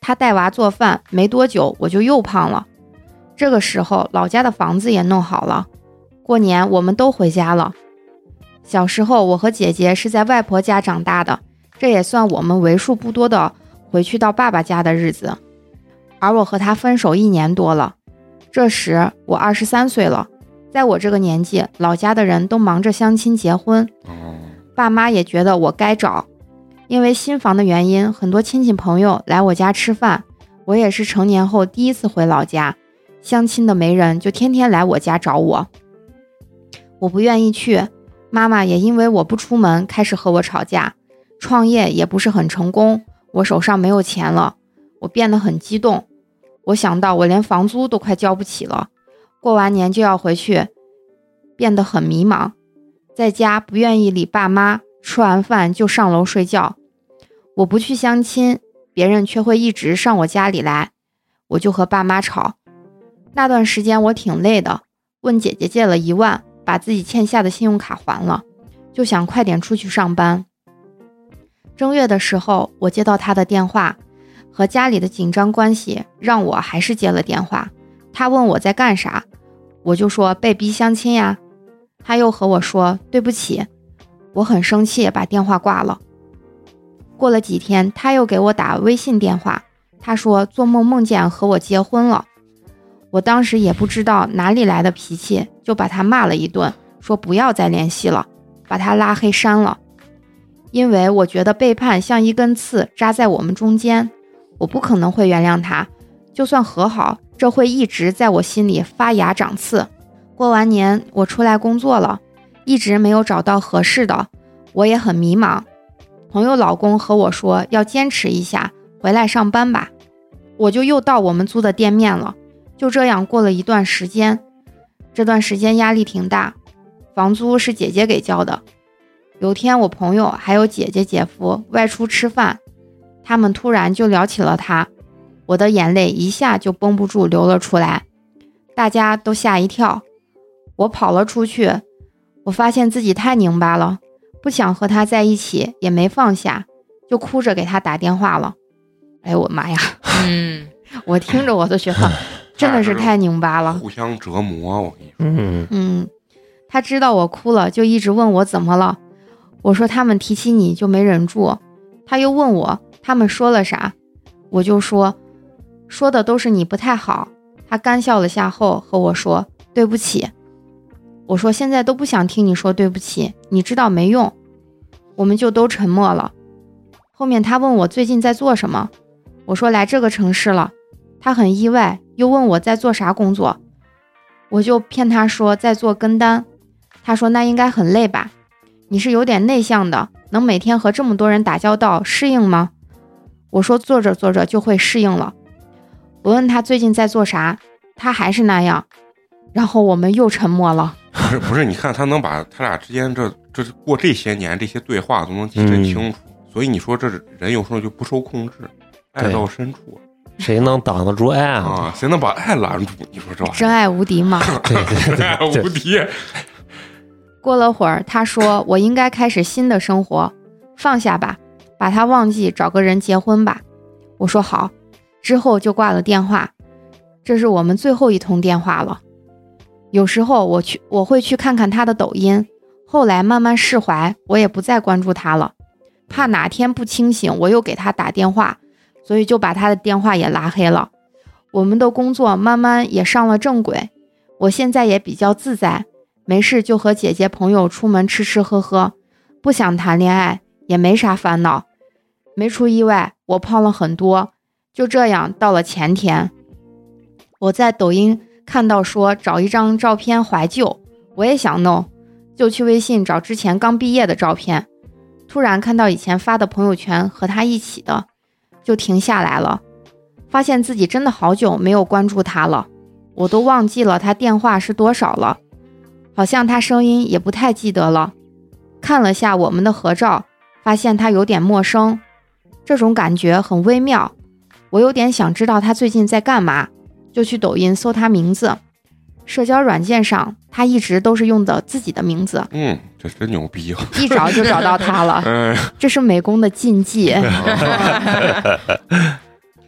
他带娃做饭没多久，我就又胖了。这个时候老家的房子也弄好了，过年我们都回家了。小时候我和姐姐是在外婆家长大的，这也算我们为数不多的回去到爸爸家的日子。而我和他分手一年多了，这时我二十三岁了。在我这个年纪，老家的人都忙着相亲结婚，爸妈也觉得我该找。因为新房的原因，很多亲戚朋友来我家吃饭，我也是成年后第一次回老家，相亲的媒人就天天来我家找我。我不愿意去，妈妈也因为我不出门开始和我吵架，创业也不是很成功，我手上没有钱了，我变得很激动。我想到我连房租都快交不起了，过完年就要回去，变得很迷茫，在家不愿意理爸妈，吃完饭就上楼睡觉。我不去相亲，别人却会一直上我家里来，我就和爸妈吵。那段时间我挺累的，问姐姐借了一万，把自己欠下的信用卡还了，就想快点出去上班。正月的时候，我接到他的电话，和家里的紧张关系让我还是接了电话。他问我在干啥，我就说被逼相亲呀。他又和我说对不起，我很生气，把电话挂了。过了几天，他又给我打微信电话，他说做梦梦见和我结婚了。我当时也不知道哪里来的脾气，就把他骂了一顿，说不要再联系了，把他拉黑删了。因为我觉得背叛像一根刺扎在我们中间，我不可能会原谅他，就算和好，这会一直在我心里发芽长刺。过完年我出来工作了，一直没有找到合适的，我也很迷茫。朋友老公和我说要坚持一下，回来上班吧。我就又到我们租的店面了。就这样过了一段时间，这段时间压力挺大，房租是姐姐给交的。有天我朋友还有姐姐姐夫外出吃饭，他们突然就聊起了他，我的眼泪一下就绷不住流了出来，大家都吓一跳。我跑了出去，我发现自己太拧巴了，不想和他在一起，也没放下，就哭着给他打电话了。哎我妈呀， 嗯， 我听着我都觉得真的是太拧巴了， 互相折磨。我跟你说， 嗯嗯，他知道我哭了，就一直问我怎么了。我说他们提起你就没忍住。他又问我他们说了啥，我就说说的都是你不太好。他干笑了下后和我说对不起。我说现在都不想听你说对不起，你知道没用。我们就都沉默了。后面他问我最近在做什么，我说来这个城市了。他很意外，又问我在做啥工作，我就骗他说在做跟单。他说那应该很累吧，你是有点内向的，能每天和这么多人打交道适应吗？我说做着做着就会适应了。我问他最近在做啥，他还是那样，然后我们又沉默了。 不是不是，你看他能把他俩之间这这过这些年这些对话都能记真清楚，嗯、所以你说这人有时候就不受控制，爱到深处， 谁能挡得住爱啊？谁能把爱拦住？你说这真爱无敌嘛？ 对对对， 真爱无敌。 过了会儿，他说我应该开始新的生活，放下吧，把他忘记，找个人结婚吧。我说好，之后就挂了电话。这是我们最后一通电话了。有时候我去我会去看看他的抖音，后来慢慢释怀，我也不再关注他了，怕哪天不清醒我又给他打电话，所以就把他的电话也拉黑了。我们的工作慢慢也上了正轨，我现在也比较自在，没事就和姐姐朋友出门吃吃喝喝，不想谈恋爱也没啥烦恼。没出意外我胖了很多。就这样到了前天，我在抖音看到说找一张照片怀旧，我也想弄，就去微信找之前刚毕业的照片，突然看到以前发的朋友圈和他一起的，就停下来了，发现自己真的好久没有关注他了，我都忘记了他电话是多少了，好像他声音也不太记得了。看了下我们的合照，发现他有点陌生，这种感觉很微妙，我有点想知道他最近在干嘛，就去抖音搜他名字。社交软件上他一直都是用的自己的名字， 嗯，这真牛逼啊！ 一找就找到他了，这是美工的禁忌。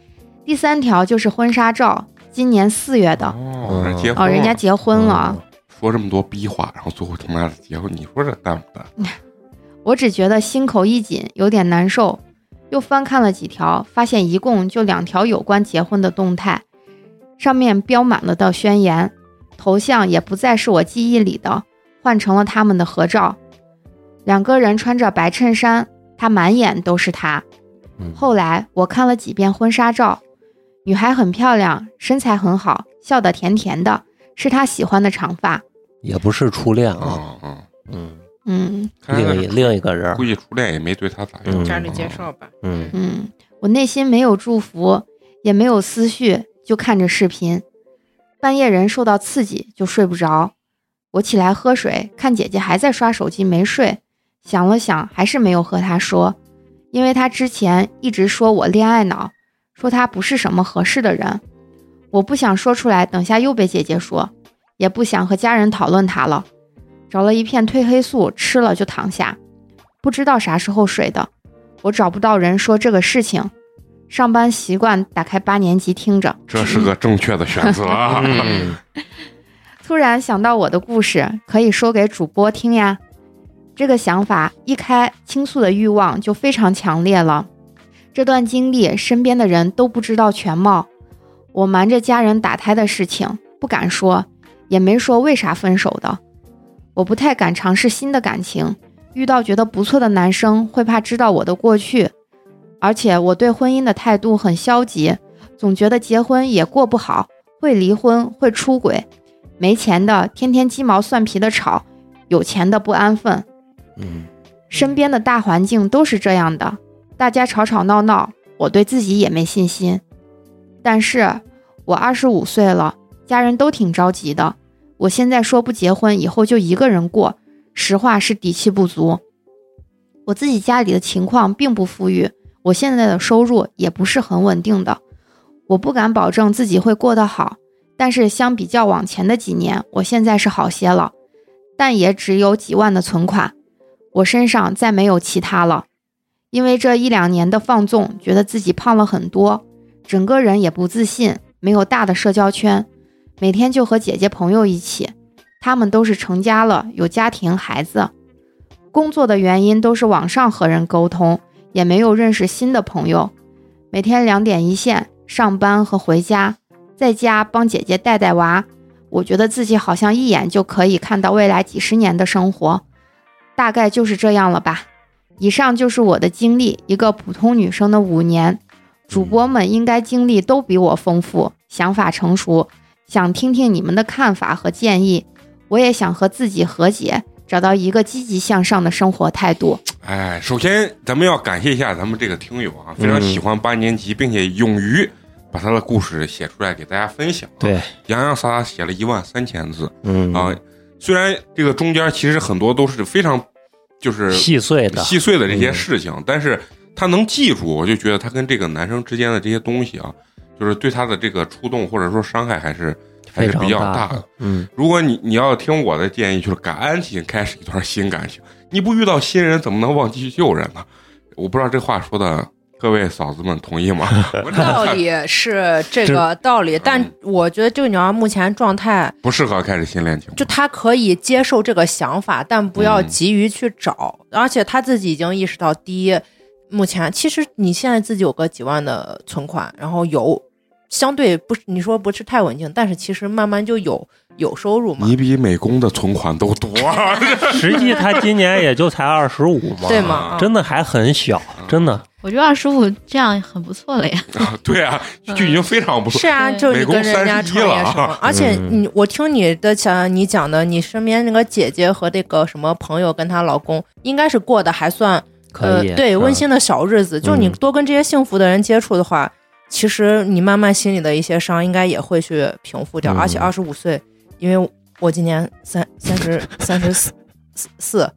第三条就是婚纱照，今年四月的。 哦，结婚哦，人家结婚了。 嗯、 说这么多逼话，然后最后他妈的结婚，你说这淡不淡？ 我只觉得心口一紧，有点难受。又翻看了几条，发现一共就两条有关结婚的动态，上面标满了的宣言，头像也不再是我记忆里的，换成了他们的合照。两个人穿着白衬衫，他满眼都是他。后来我看了几遍婚纱照，女孩很漂亮，身材很好，笑得甜甜的，是他喜欢的长发。 也不是初恋啊， 嗯嗯嗯嗯， 另一另一个人， 估计初恋也没对他咋样， 家里介绍吧。 嗯嗯，我内心没有祝福，也没有思绪，就看着视频。半夜人受到刺激就睡不着，我起来喝水，看姐姐还在刷手机没睡，想了想还是没有和她说，因为她之前一直说我恋爱脑，说她不是什么合适的人。我不想说出来，等下又被姐姐说，也不想和家人讨论她了。找了一片褪黑素，吃了就躺下，不知道啥时候睡的。我找不到人说这个事情，上班习惯打开八年级听着， 这是个正确的选择啊！ 突然想到我的故事可以说给主播听呀，这个想法一开，倾诉的欲望就非常强烈了。这段经历身边的人都不知道全貌，我瞒着家人打胎的事情不敢说，也没说为啥分手的。我不太敢尝试新的感情，遇到觉得不错的男生会怕知道我的过去，而且我对婚姻的态度很消极，总觉得结婚也过不好，会离婚，会出轨，没钱的天天鸡毛蒜皮的吵，有钱的不安分。 嗯， 身边的大环境都是这样的，大家吵吵闹闹，我对自己也没信心。但是我二十五岁了，家人都挺着急的，我现在说不结婚，以后就一个人过，实话是底气不足。我自己家里的情况并不富裕，我现在的收入也不是很稳定的，我不敢保证自己会过得好，但是相比较往前的几年，我现在是好些了，但也只有几万的存款，我身上再没有其他了。因为这一两年的放纵，觉得自己胖了很多，整个人也不自信，没有大的社交圈，每天就和姐姐朋友一起，他们都是成家了，有家庭孩子。工作的原因都是网上和人沟通，也没有认识新的朋友，每天两点一线，上班和回家，在家帮姐姐带带娃。我觉得自己好像一眼就可以看到未来几十年的生活，大概就是这样了吧。以上就是我的经历，一个普通女生的五年。主播们应该经历都比我丰富，想法成熟，想听听你们的看法和建议。我也想和自己和解，找到一个积极向上的生活态度。 哎，首先咱们要感谢一下咱们这个听友啊，非常喜欢八年级，并且勇于把他的故事写出来给大家分享、啊。 对， 洋洋洒洒写了一万三千字， 嗯啊，虽然这个中间其实很多都是非常就是细碎的细碎的这些事情，嗯、但是他能记住，我就觉得他跟这个男生之间的这些东西啊，就是对他的这个触动或者说伤害还是。还是比较大的， 嗯， 如果你你要听我的建议，就是赶紧开始一段新感情。你不遇到新人，怎么能忘记旧人呢？我不知道这话说的各位嫂子们同意吗？ 道理是这个道理，但我觉得这个女孩目前状态不适合开始新恋情， 就她可以接受这个想法，但不要急于去找，嗯、而且她自己已经意识到，第一，目前其实你现在自己有个几万的存款，然后有。相对不是你说不是太稳定，但是其实慢慢就有有收入嘛。 你比美工的存款都多， 实际他今年也就才二十五嘛， 对吗？ 真的还很小，真的。 我觉得二十五这样很不错了呀。 啊对啊，就已经非常不错。 是啊，就是你跟人家创业什么，而且你我听你的讲，你讲的，你身边那个姐姐和那个什么朋友跟她老公，应该是过得还算可以， 呃、对温馨的小日子。嗯、就你多跟这些幸福的人接触的话。其实你慢慢心里的一些伤应该也会去平复掉，嗯、而且二十五岁，因为我今年三三十三十四四，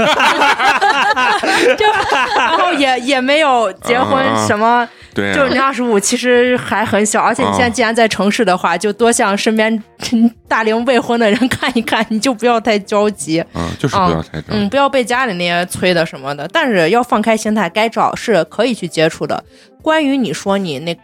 就然后也也没有结婚什么，啊、 对、啊， 就是你二十五其实还很小，而且你现在既然在城市的话，就多向身边大龄未婚的人看一看，你就不要太着急， 嗯，就是不要太着急， 嗯，不要被家里那些催的什么的，但是要放开心态，该找是可以去接触的。关于你说你那个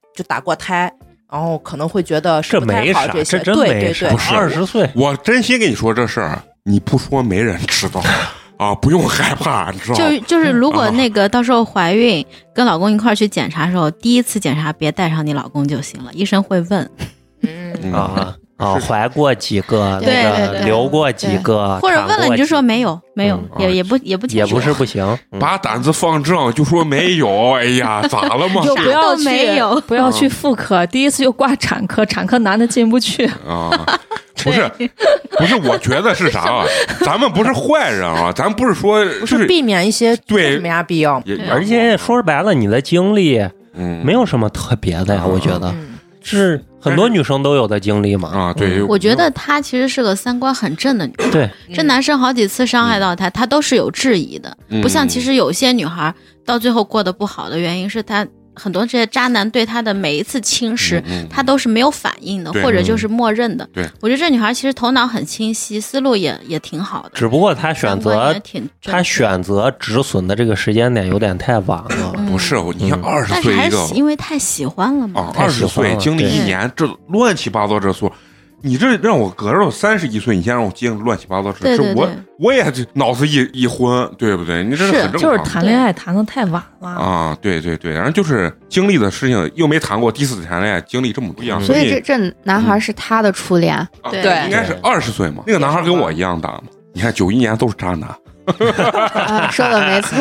就打过胎，然后可能会觉得是这不太没啥， 好这些， 这真对对对， 没啥。二十岁， 我真心跟你说这事儿，你不说没人知道啊，不用害怕，你知道吗？ 就就是如果那个到时候怀孕跟老公一块儿去检查的时候，第一次检查别带上你老公就行了，医生会问。 嗯啊啊，怀过几个， 对那个对对留过几个， 或者问了你就说没有，没有， 嗯也也不也不也不是不行，嗯把胆子放正，就说没有。哎呀，咋了嘛？ 就不要去啥都没有不要去妇科，第一次就挂产科，产科男的进不去。 啊，不是，不是，我觉得是啥啊？咱们不是坏人啊，咱不是说不就是避免一些对没啥必要。 也也而且说白了，你的经历嗯没有什么特别的呀， 嗯我觉得嗯， 是很多女生都有的经历嘛。 啊，对， 我觉得她其实是个三观很正的女孩。 对， 这男生好几次伤害到她，她都是有质疑的， 嗯不像其实有些女孩到最后过得不好的原因是她很多这些渣男对她的每一次侵蚀， 嗯嗯她都是没有反应的， 对或者就是默认的。 对， 我觉得这女孩其实头脑很清晰，思路也也挺好的， 只不过她选三观择也挺正她选择止损的这个时间点有点太晚了。 嗯不是，你看二十但是岁一个还是因为太喜欢了嘛。 啊， 太二十喜欢了岁经历一对年，这乱七八糟这数，你这让我搁这三十一岁，你先让我经历乱七八糟事，这我对对对我也这脑子一一昏，对不对？你这是是很正常的。 就是谈恋爱谈的太晚了。 啊，对对对，然后就是经历的事情又没谈过，第四次谈恋爱经历这么不一样， 嗯所以以这这男孩是他的初恋， 啊对应该是二十岁嘛。那个男孩跟我一样大嘛，你看九一年都是渣男， 啊，说的没错。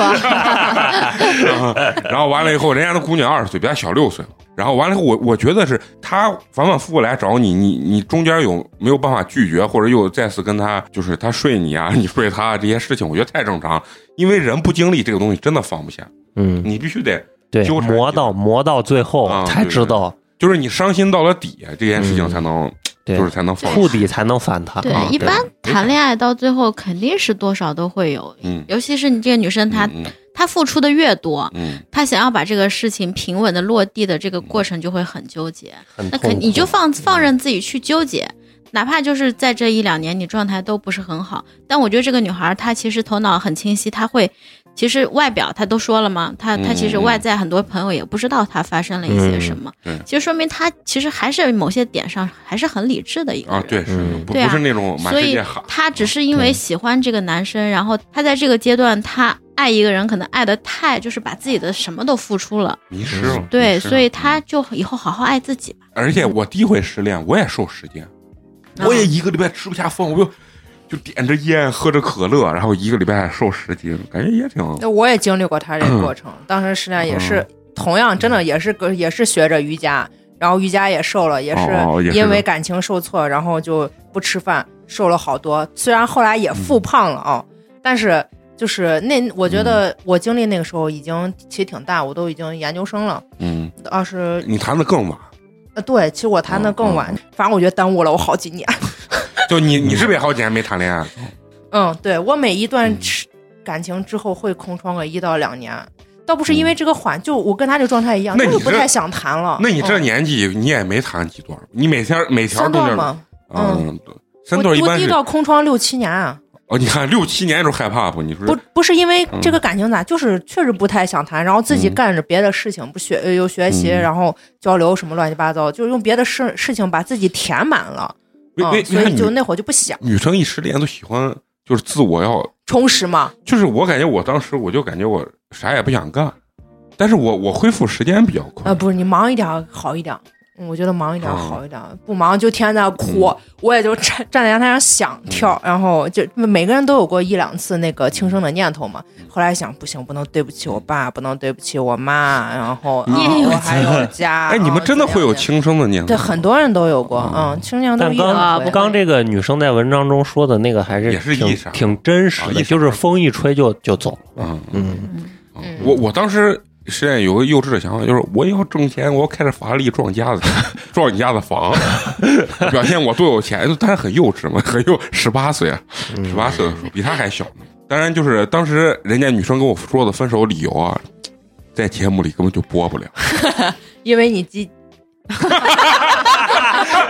然后完了以后，人家那姑娘二十岁，比他小六岁了。然后完了以后，我我觉得是他反反复复来找你，你你中间有没有办法拒绝，或者又再次跟他就是他睡你啊，你睡他啊这些事情，我觉得太正常了。因为人不经历这个东西，真的放不下， 嗯， 你必须得对， 纠缠磨到磨到最后啊才知道， 就是你伤心到了底，这件事情才能、 对就是才能放触底才能反弹。 对啊， 一般对谈恋爱到最后肯定是多少都会有， 嗯尤其是你这个女生她， 嗯她付出的越多， 嗯她想要把这个事情平稳的落地的这个过程就会很纠结。那很痛苦肯你就放放任自己去纠结，哪怕就是在这一两年你状态都不是很好，但我觉得这个女孩她其实头脑很清晰，她会。其实外表她都说了嘛，她她其实外在很多朋友也不知道她发生了一些什么， 嗯对其实说明她其实还是某些点上还是很理智的一个人。 啊，对是、 嗯不对啊不是那种满所以世界喊她只是因为喜欢这个男生，然后她在这个阶段，她爱一个人可能爱的太，就是把自己的什么都付出了。 迷失了， 对， 迷失了所以她就以后好好爱自己吧。 而且我第一回失恋，我也受时间，我也一个礼拜吃不下饭，我就就点着烟喝着可乐，然后一个礼拜瘦十斤，感觉也挺那我也经历过他这个过程，当时失恋也是同样，真的也是个也是学着瑜伽，然后瑜伽也瘦了，也哦也是是因为感情受挫，然后就不吃饭，瘦了好多。虽然后来也复胖了啊，但是就是那我觉得我经历那个时候已经其实挺大，我都已经研究生了， 嗯， 二十你谈的更晚， 呃对，其实我谈的更晚，反正我觉得耽误了我好几年。 就你你是不是也好几年没谈恋爱了？ 嗯，对我每一段嗯感情之后会空窗个一到两年，倒不是因为这个缓，就我跟他这个状态一样， 那你这就是不太想谈了。 那你这嗯年纪你也没谈几段，你每天每条都是三段吗？ 嗯，三我段一般是我低到空窗六七年啊， 哦，你看六七年都害怕不？你说不不是因为嗯这个感情咋，就是确实不太想谈，然后自己干着别的事情，不学呃又学习， 嗯然后交流什么乱七八糟，就是用别的事事情把自己填满了， 为为嗯，所以你看就那会儿就不想女生一失恋都喜欢就是自我要， 充实嘛。 就是我感觉我当时我就感觉我啥也不想干，但是我我恢复时间比较快呃，不是你忙一点好一点。嗯，我觉得忙一点哦好一点，不忙就天天在那哭， 嗯我也就站站在阳台上想跳，然后就每个人都有过一两次那个轻生的念头嘛。后来想，不行，不能对不起我爸，不能对不起我妈，然后、 你也有啊我还有家。 哎，你们真的会有情？ 轻生的念头？ 对，很多人都有过， 哦嗯，轻生都但一两刚回。 刚这个女生在文章中说的那个还是也是挺一闪挺真实的， 啊一闪就是风一吹就就走了。 嗯嗯， 嗯我我当时实验有个幼稚的想法，就是我也要挣钱，我要开着法拉利撞家子，撞你家的房，表现我多有钱。但是很幼稚嘛，很幼，十八岁啊，十八岁的时候比他还小呢。当然，就是当时人家女生跟我说的分手理由啊，在节目里根本就播不了。 因为你鸡，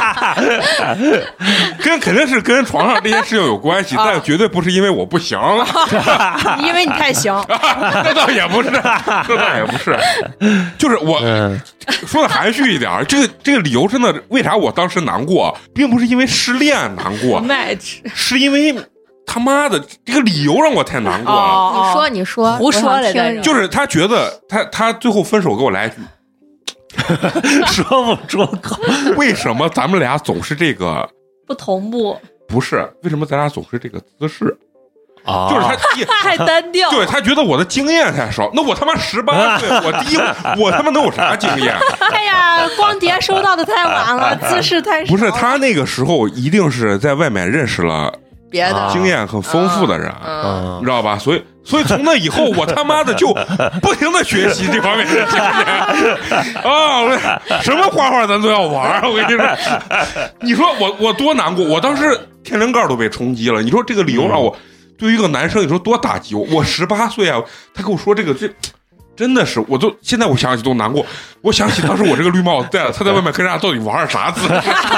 跟肯定是跟床上这些事情有关系，但绝对不是因为我不行了， 因为你太行。 那倒也不是，那倒也不是，就是我、嗯、说的含蓄一点，这个这个理由真的，为啥我当时难过，并不是因为失恋难过，是因为。他妈的，这个理由让我太难过了。 哦、你说，你说， 胡说来着。 就是他觉得他他最后分手给我来一句， 说不出口。 为什么咱们俩总是这个不同步？ 不是，为什么咱俩总是这个姿势？ 啊， 就是他太单调。 对他觉得我的经验太少。那我他妈十八岁，我第一，我他妈能有啥经验？ 哎呀，光碟收到的太晚了，姿势太少。 不是，他那个时候一定是在外面认识了。 别的经验很丰富的人， 嗯、 你知道吧？所以，所以从那以后，我他妈的就不停的学习这方面的经验啊！什么画画咱都要玩，我跟你说，你说我我多难过，我当时天灵盖都被冲击了。你说这个理由让我、嗯、对于一个男生，你说多打击我？我十八岁啊，他跟我说这个这。真的是，我都现在我想起都难过。我想起当时我这个绿帽子戴了，他在外面跟人家到底玩啥姿势？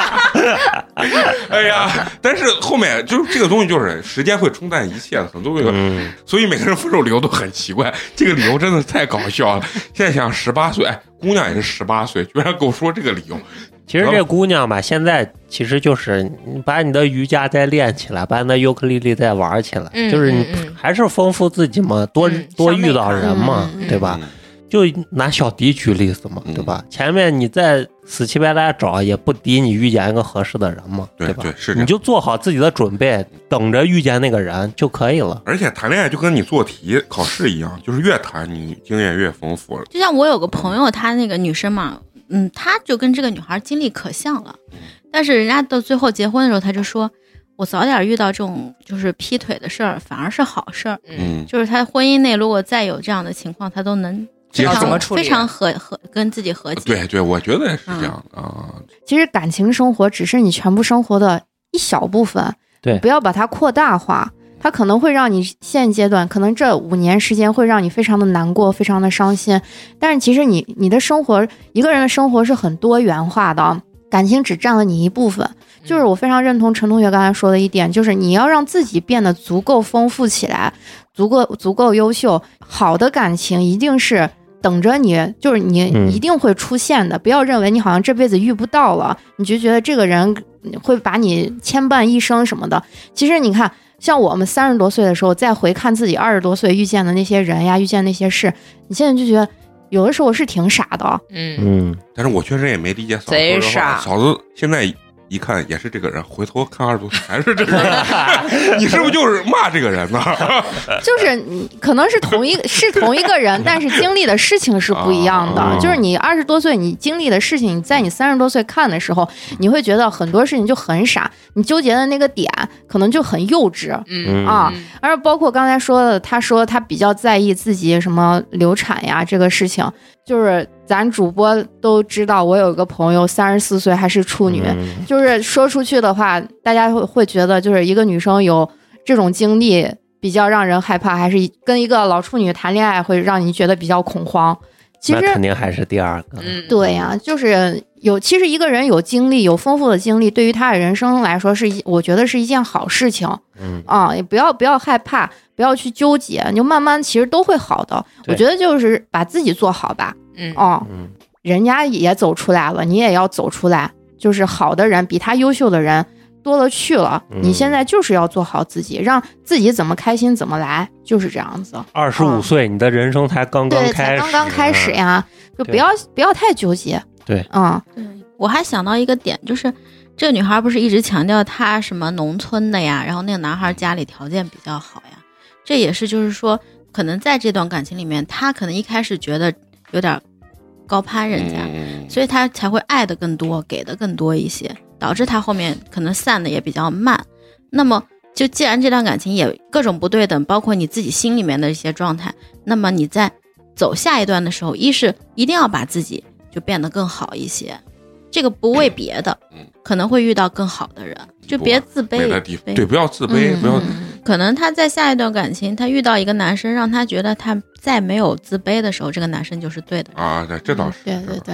哎呀！但是后面就是这个东西，就是时间会冲淡一切的，很多东西。嗯、所以每个人分手理由都很奇怪，这个理由真的太搞笑了。现在想十八岁，哎，姑娘也是十八岁，居然跟我说这个理由。 其实这姑娘吧，现在其实就是把你的瑜伽再练起来，把你的尤克里里再玩起来， 嗯、 就是你还是丰富自己嘛，多、嗯、多遇到人嘛， 嗯、 对吧？嗯、就拿小迪举例子嘛， 嗯、 对吧？前面你再死乞白赖找，也不敌你遇见一个合适的人嘛， 对吧？ 对是， 你就做好自己的准备，等着遇见那个人就可以了。 而且谈恋爱就跟你做题考试一样，就是越谈你经验越丰富了。 就像我有个朋友，她那个女生嘛。嗯，他就跟这个女孩经历可像了，但是人家到最后结婚的时候，他就说，我早点遇到这种就是劈腿的事儿，反而是好事儿。 嗯， 就是他婚姻内如果再有这样的情况，他都能非常非常和和跟自己和解。 对对，我觉得是这样的啊、嗯。 其实感情生活只是你全部生活的一小部分， 对， 不要把它扩大化。它可能会让你现阶段，可能这五年时间会让你非常的难过，非常的伤心。但是其实你你的生活，一个人的生活是很多元化的，感情只占了你一部分。就是我非常认同陈同学刚才说的一点，就是你要让自己变得足够丰富起来，足够足够优秀。好的感情一定是等着你，就是你一定会出现的。嗯、不要认为你好像这辈子遇不到了，你就觉得这个人会把你牵绊一生什么的。其实你看。像我们三十多岁的时候，再回看自己二十多岁遇见的那些人呀，遇见那些事，你现在就觉得有的时候是挺傻的。 嗯嗯， 但是我确实也没理解嫂子贼傻。 嫂子现在一看也是这个人，回头看二十多岁还是这个人，你是不是就是骂这个人呢？ 就是你可能是同一是同一个人，但是经历的事情是不一样的。啊、就是你二十多岁你经历的事情，在你三十多岁看的时候，你会觉得很多事情就很傻，你纠结的那个点可能就很幼稚。 嗯啊，而包括刚才说的，他说他比较在意自己什么流产呀这个事情，就是咱主播都知道，我有一个朋友三十四岁还是处女，嗯、就是说出去的话，大家会会觉得就是一个女生有这种经历比较让人害怕，还是跟一个老处女谈恋爱会让你觉得比较恐慌。其实那肯定还是第二个。 嗯， 对呀、啊，就是有，其实一个人有经历，有丰富的经历，对于他的人生来说是一，我觉得是一件好事情。 嗯啊，也不要不要害怕，不要去纠结，你就慢慢其实都会好的。我觉得就是把自己做好吧。 嗯哦， 嗯， 人家也走出来了，你也要走出来。就是好的人比他优秀的人多了去了， 嗯、 你现在就是要做好自己，让自己怎么开心怎么来，就是这样子。 二十五岁，你的人生才刚刚开始， 对，才刚刚开始呀，就不要不要太纠结。 对， 嗯， 对，我还想到一个点，就是这个女孩不是一直强调她什么农村的呀，然后那个男孩家里条件比较好呀，这也是就是说，可能在这段感情里面，他可能一开始觉得有点高攀人家， 嗯、 所以他才会爱的更多，给的更多一些，导致他后面可能散的也比较慢。那么就既然这段感情也各种不对等，包括你自己心里面的一些状态，那么你在走下一段的时候，一是一定要把自己就变得更好一些，这个不为别的， 嗯、 可能会遇到更好的人，就别自卑。 对，不要自卑， 嗯、 不要。 可能他在下一段感情，他遇到一个男生，让他觉得他再没有自卑的时候，这个男生就是对的啊。对，这倒是。 嗯、对对对。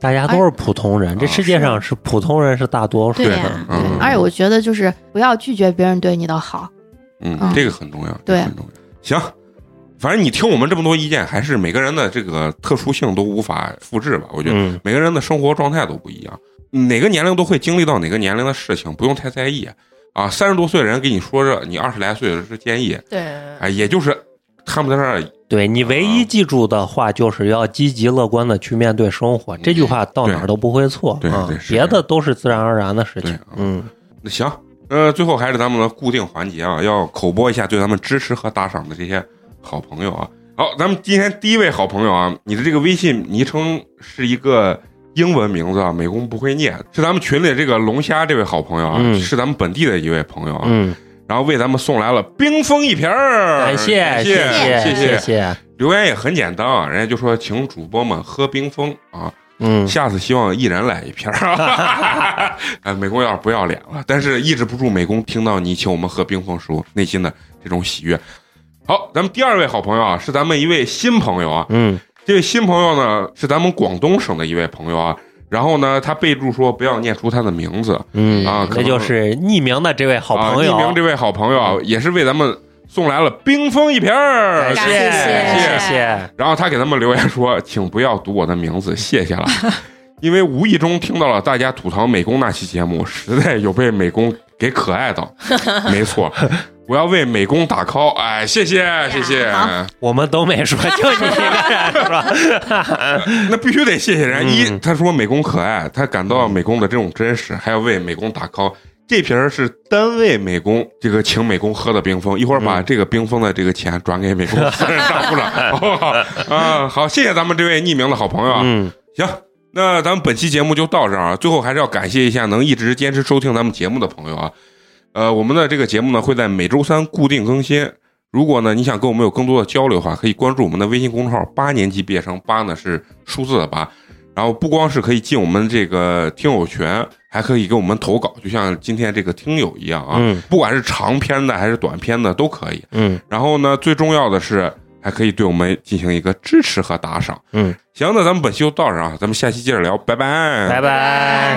大家都是普通人，这世界上是普通人是大多数的。 对呀、 嗯对，而且我觉得就是不要拒绝别人对你的好。 嗯， 嗯这个很重要， 对， 很重要。行，反正你听我们这么多意见，还是每个人的这个特殊性都无法复制吧？我觉得嗯每个人的生活状态都不一样，哪个年龄都会经历到哪个年龄的事情，不用太在意啊。三十多岁的人跟你说这，你二十来岁的是建议， 对， 哎，也就是他们在这儿。 对你唯一记住的话，就是要积极乐观的去面对生活。这句话到哪儿都不会错， 对啊对是别的都是自然而然的事情对。 嗯， 那行，呃，最后还是咱们的固定环节啊，要口播一下对咱们支持和打赏的这些好朋友啊。好，咱们今天第一位好朋友啊，你的这个微信昵称是一个英文名字啊，美工不会念，是咱们群里的这个龙虾这位好朋友啊， 嗯是咱们本地的一位朋友啊， 嗯， 然后为咱们送来了冰封一瓶儿， 感谢感谢谢谢谢谢， 留言也很简单啊，人家就说请主播们喝冰封啊。 嗯， 下次希望一人来一瓶儿。哎，美工要是不要脸了，但是抑制不住美工听到你请我们喝冰峰时候内心的这种喜悦。好，咱们第二位好朋友啊，是咱们一位新朋友啊。 嗯， 这位新朋友呢，是咱们广东省的一位朋友啊。然后呢，他备注说不要念出他的名字。 嗯啊， 这就是匿名的这位好朋友， 啊、匿名这位好朋友啊，也是为咱们送来了冰封一瓶儿， 感谢谢谢谢。 然后他给咱们留言说，请不要读我的名字，谢谢了。因为无意中听到了大家吐槽美工那期节目，实在有被美工给可爱到。没错，我要为美工打 call， 哎，谢谢谢谢。 我们都没说，就你一个人说。 那必须得谢谢人。 嗯一，他说美工可爱，他感到美工的这种真实，还要为美工打 call。这瓶是单位美工这个请美工喝的冰峰，一会儿把这个冰峰的这个钱转给美工私人账户上，好不好？啊，好，谢谢咱们这位匿名的好朋友啊。 嗯， 行，那咱们本期节目就到这儿啊。最后还是要感谢一下能一直坚持收听咱们节目的朋友啊。呃，我们的这个节目呢会在每周三固定更新。如果呢你想跟我们有更多的交流的话，可以关注我们的微信公众号“八年级毕业生”，八呢是数字的八。然后不光是可以进我们这个听友群，还可以给我们投稿，就像今天这个听友一样啊， 嗯、 不管是长篇的还是短篇的都可以。 嗯， 然后呢，最重要的是还可以对我们进行一个支持和打赏。 嗯， 行，那咱们本期就到这儿啊，咱们下期接着聊，拜拜， 拜拜。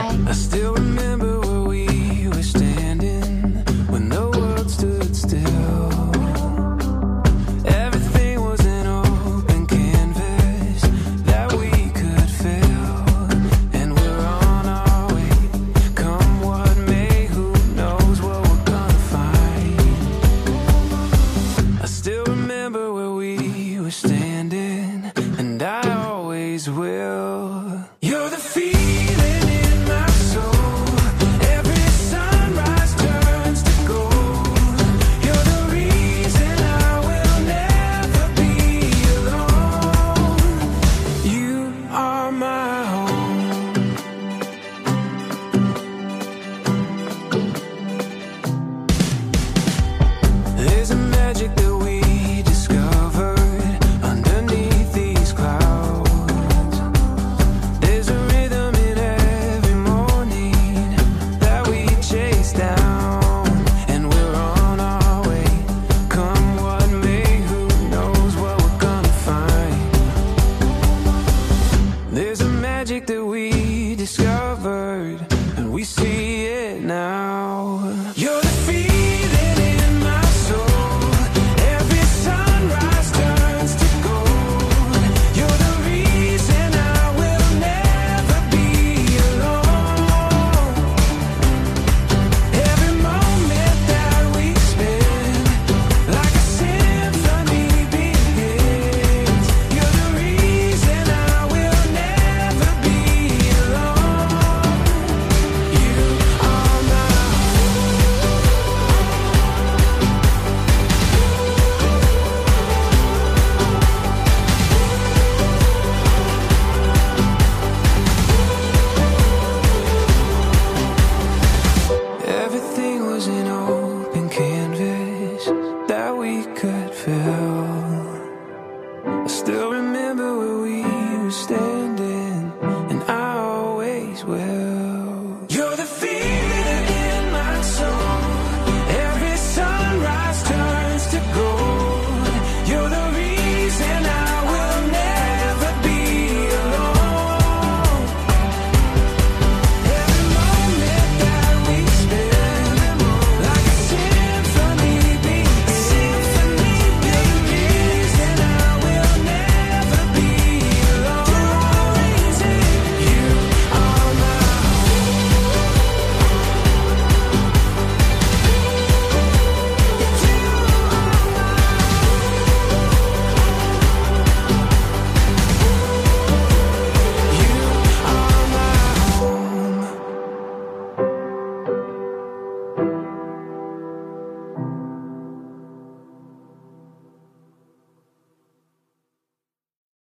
I still remember where we were staying.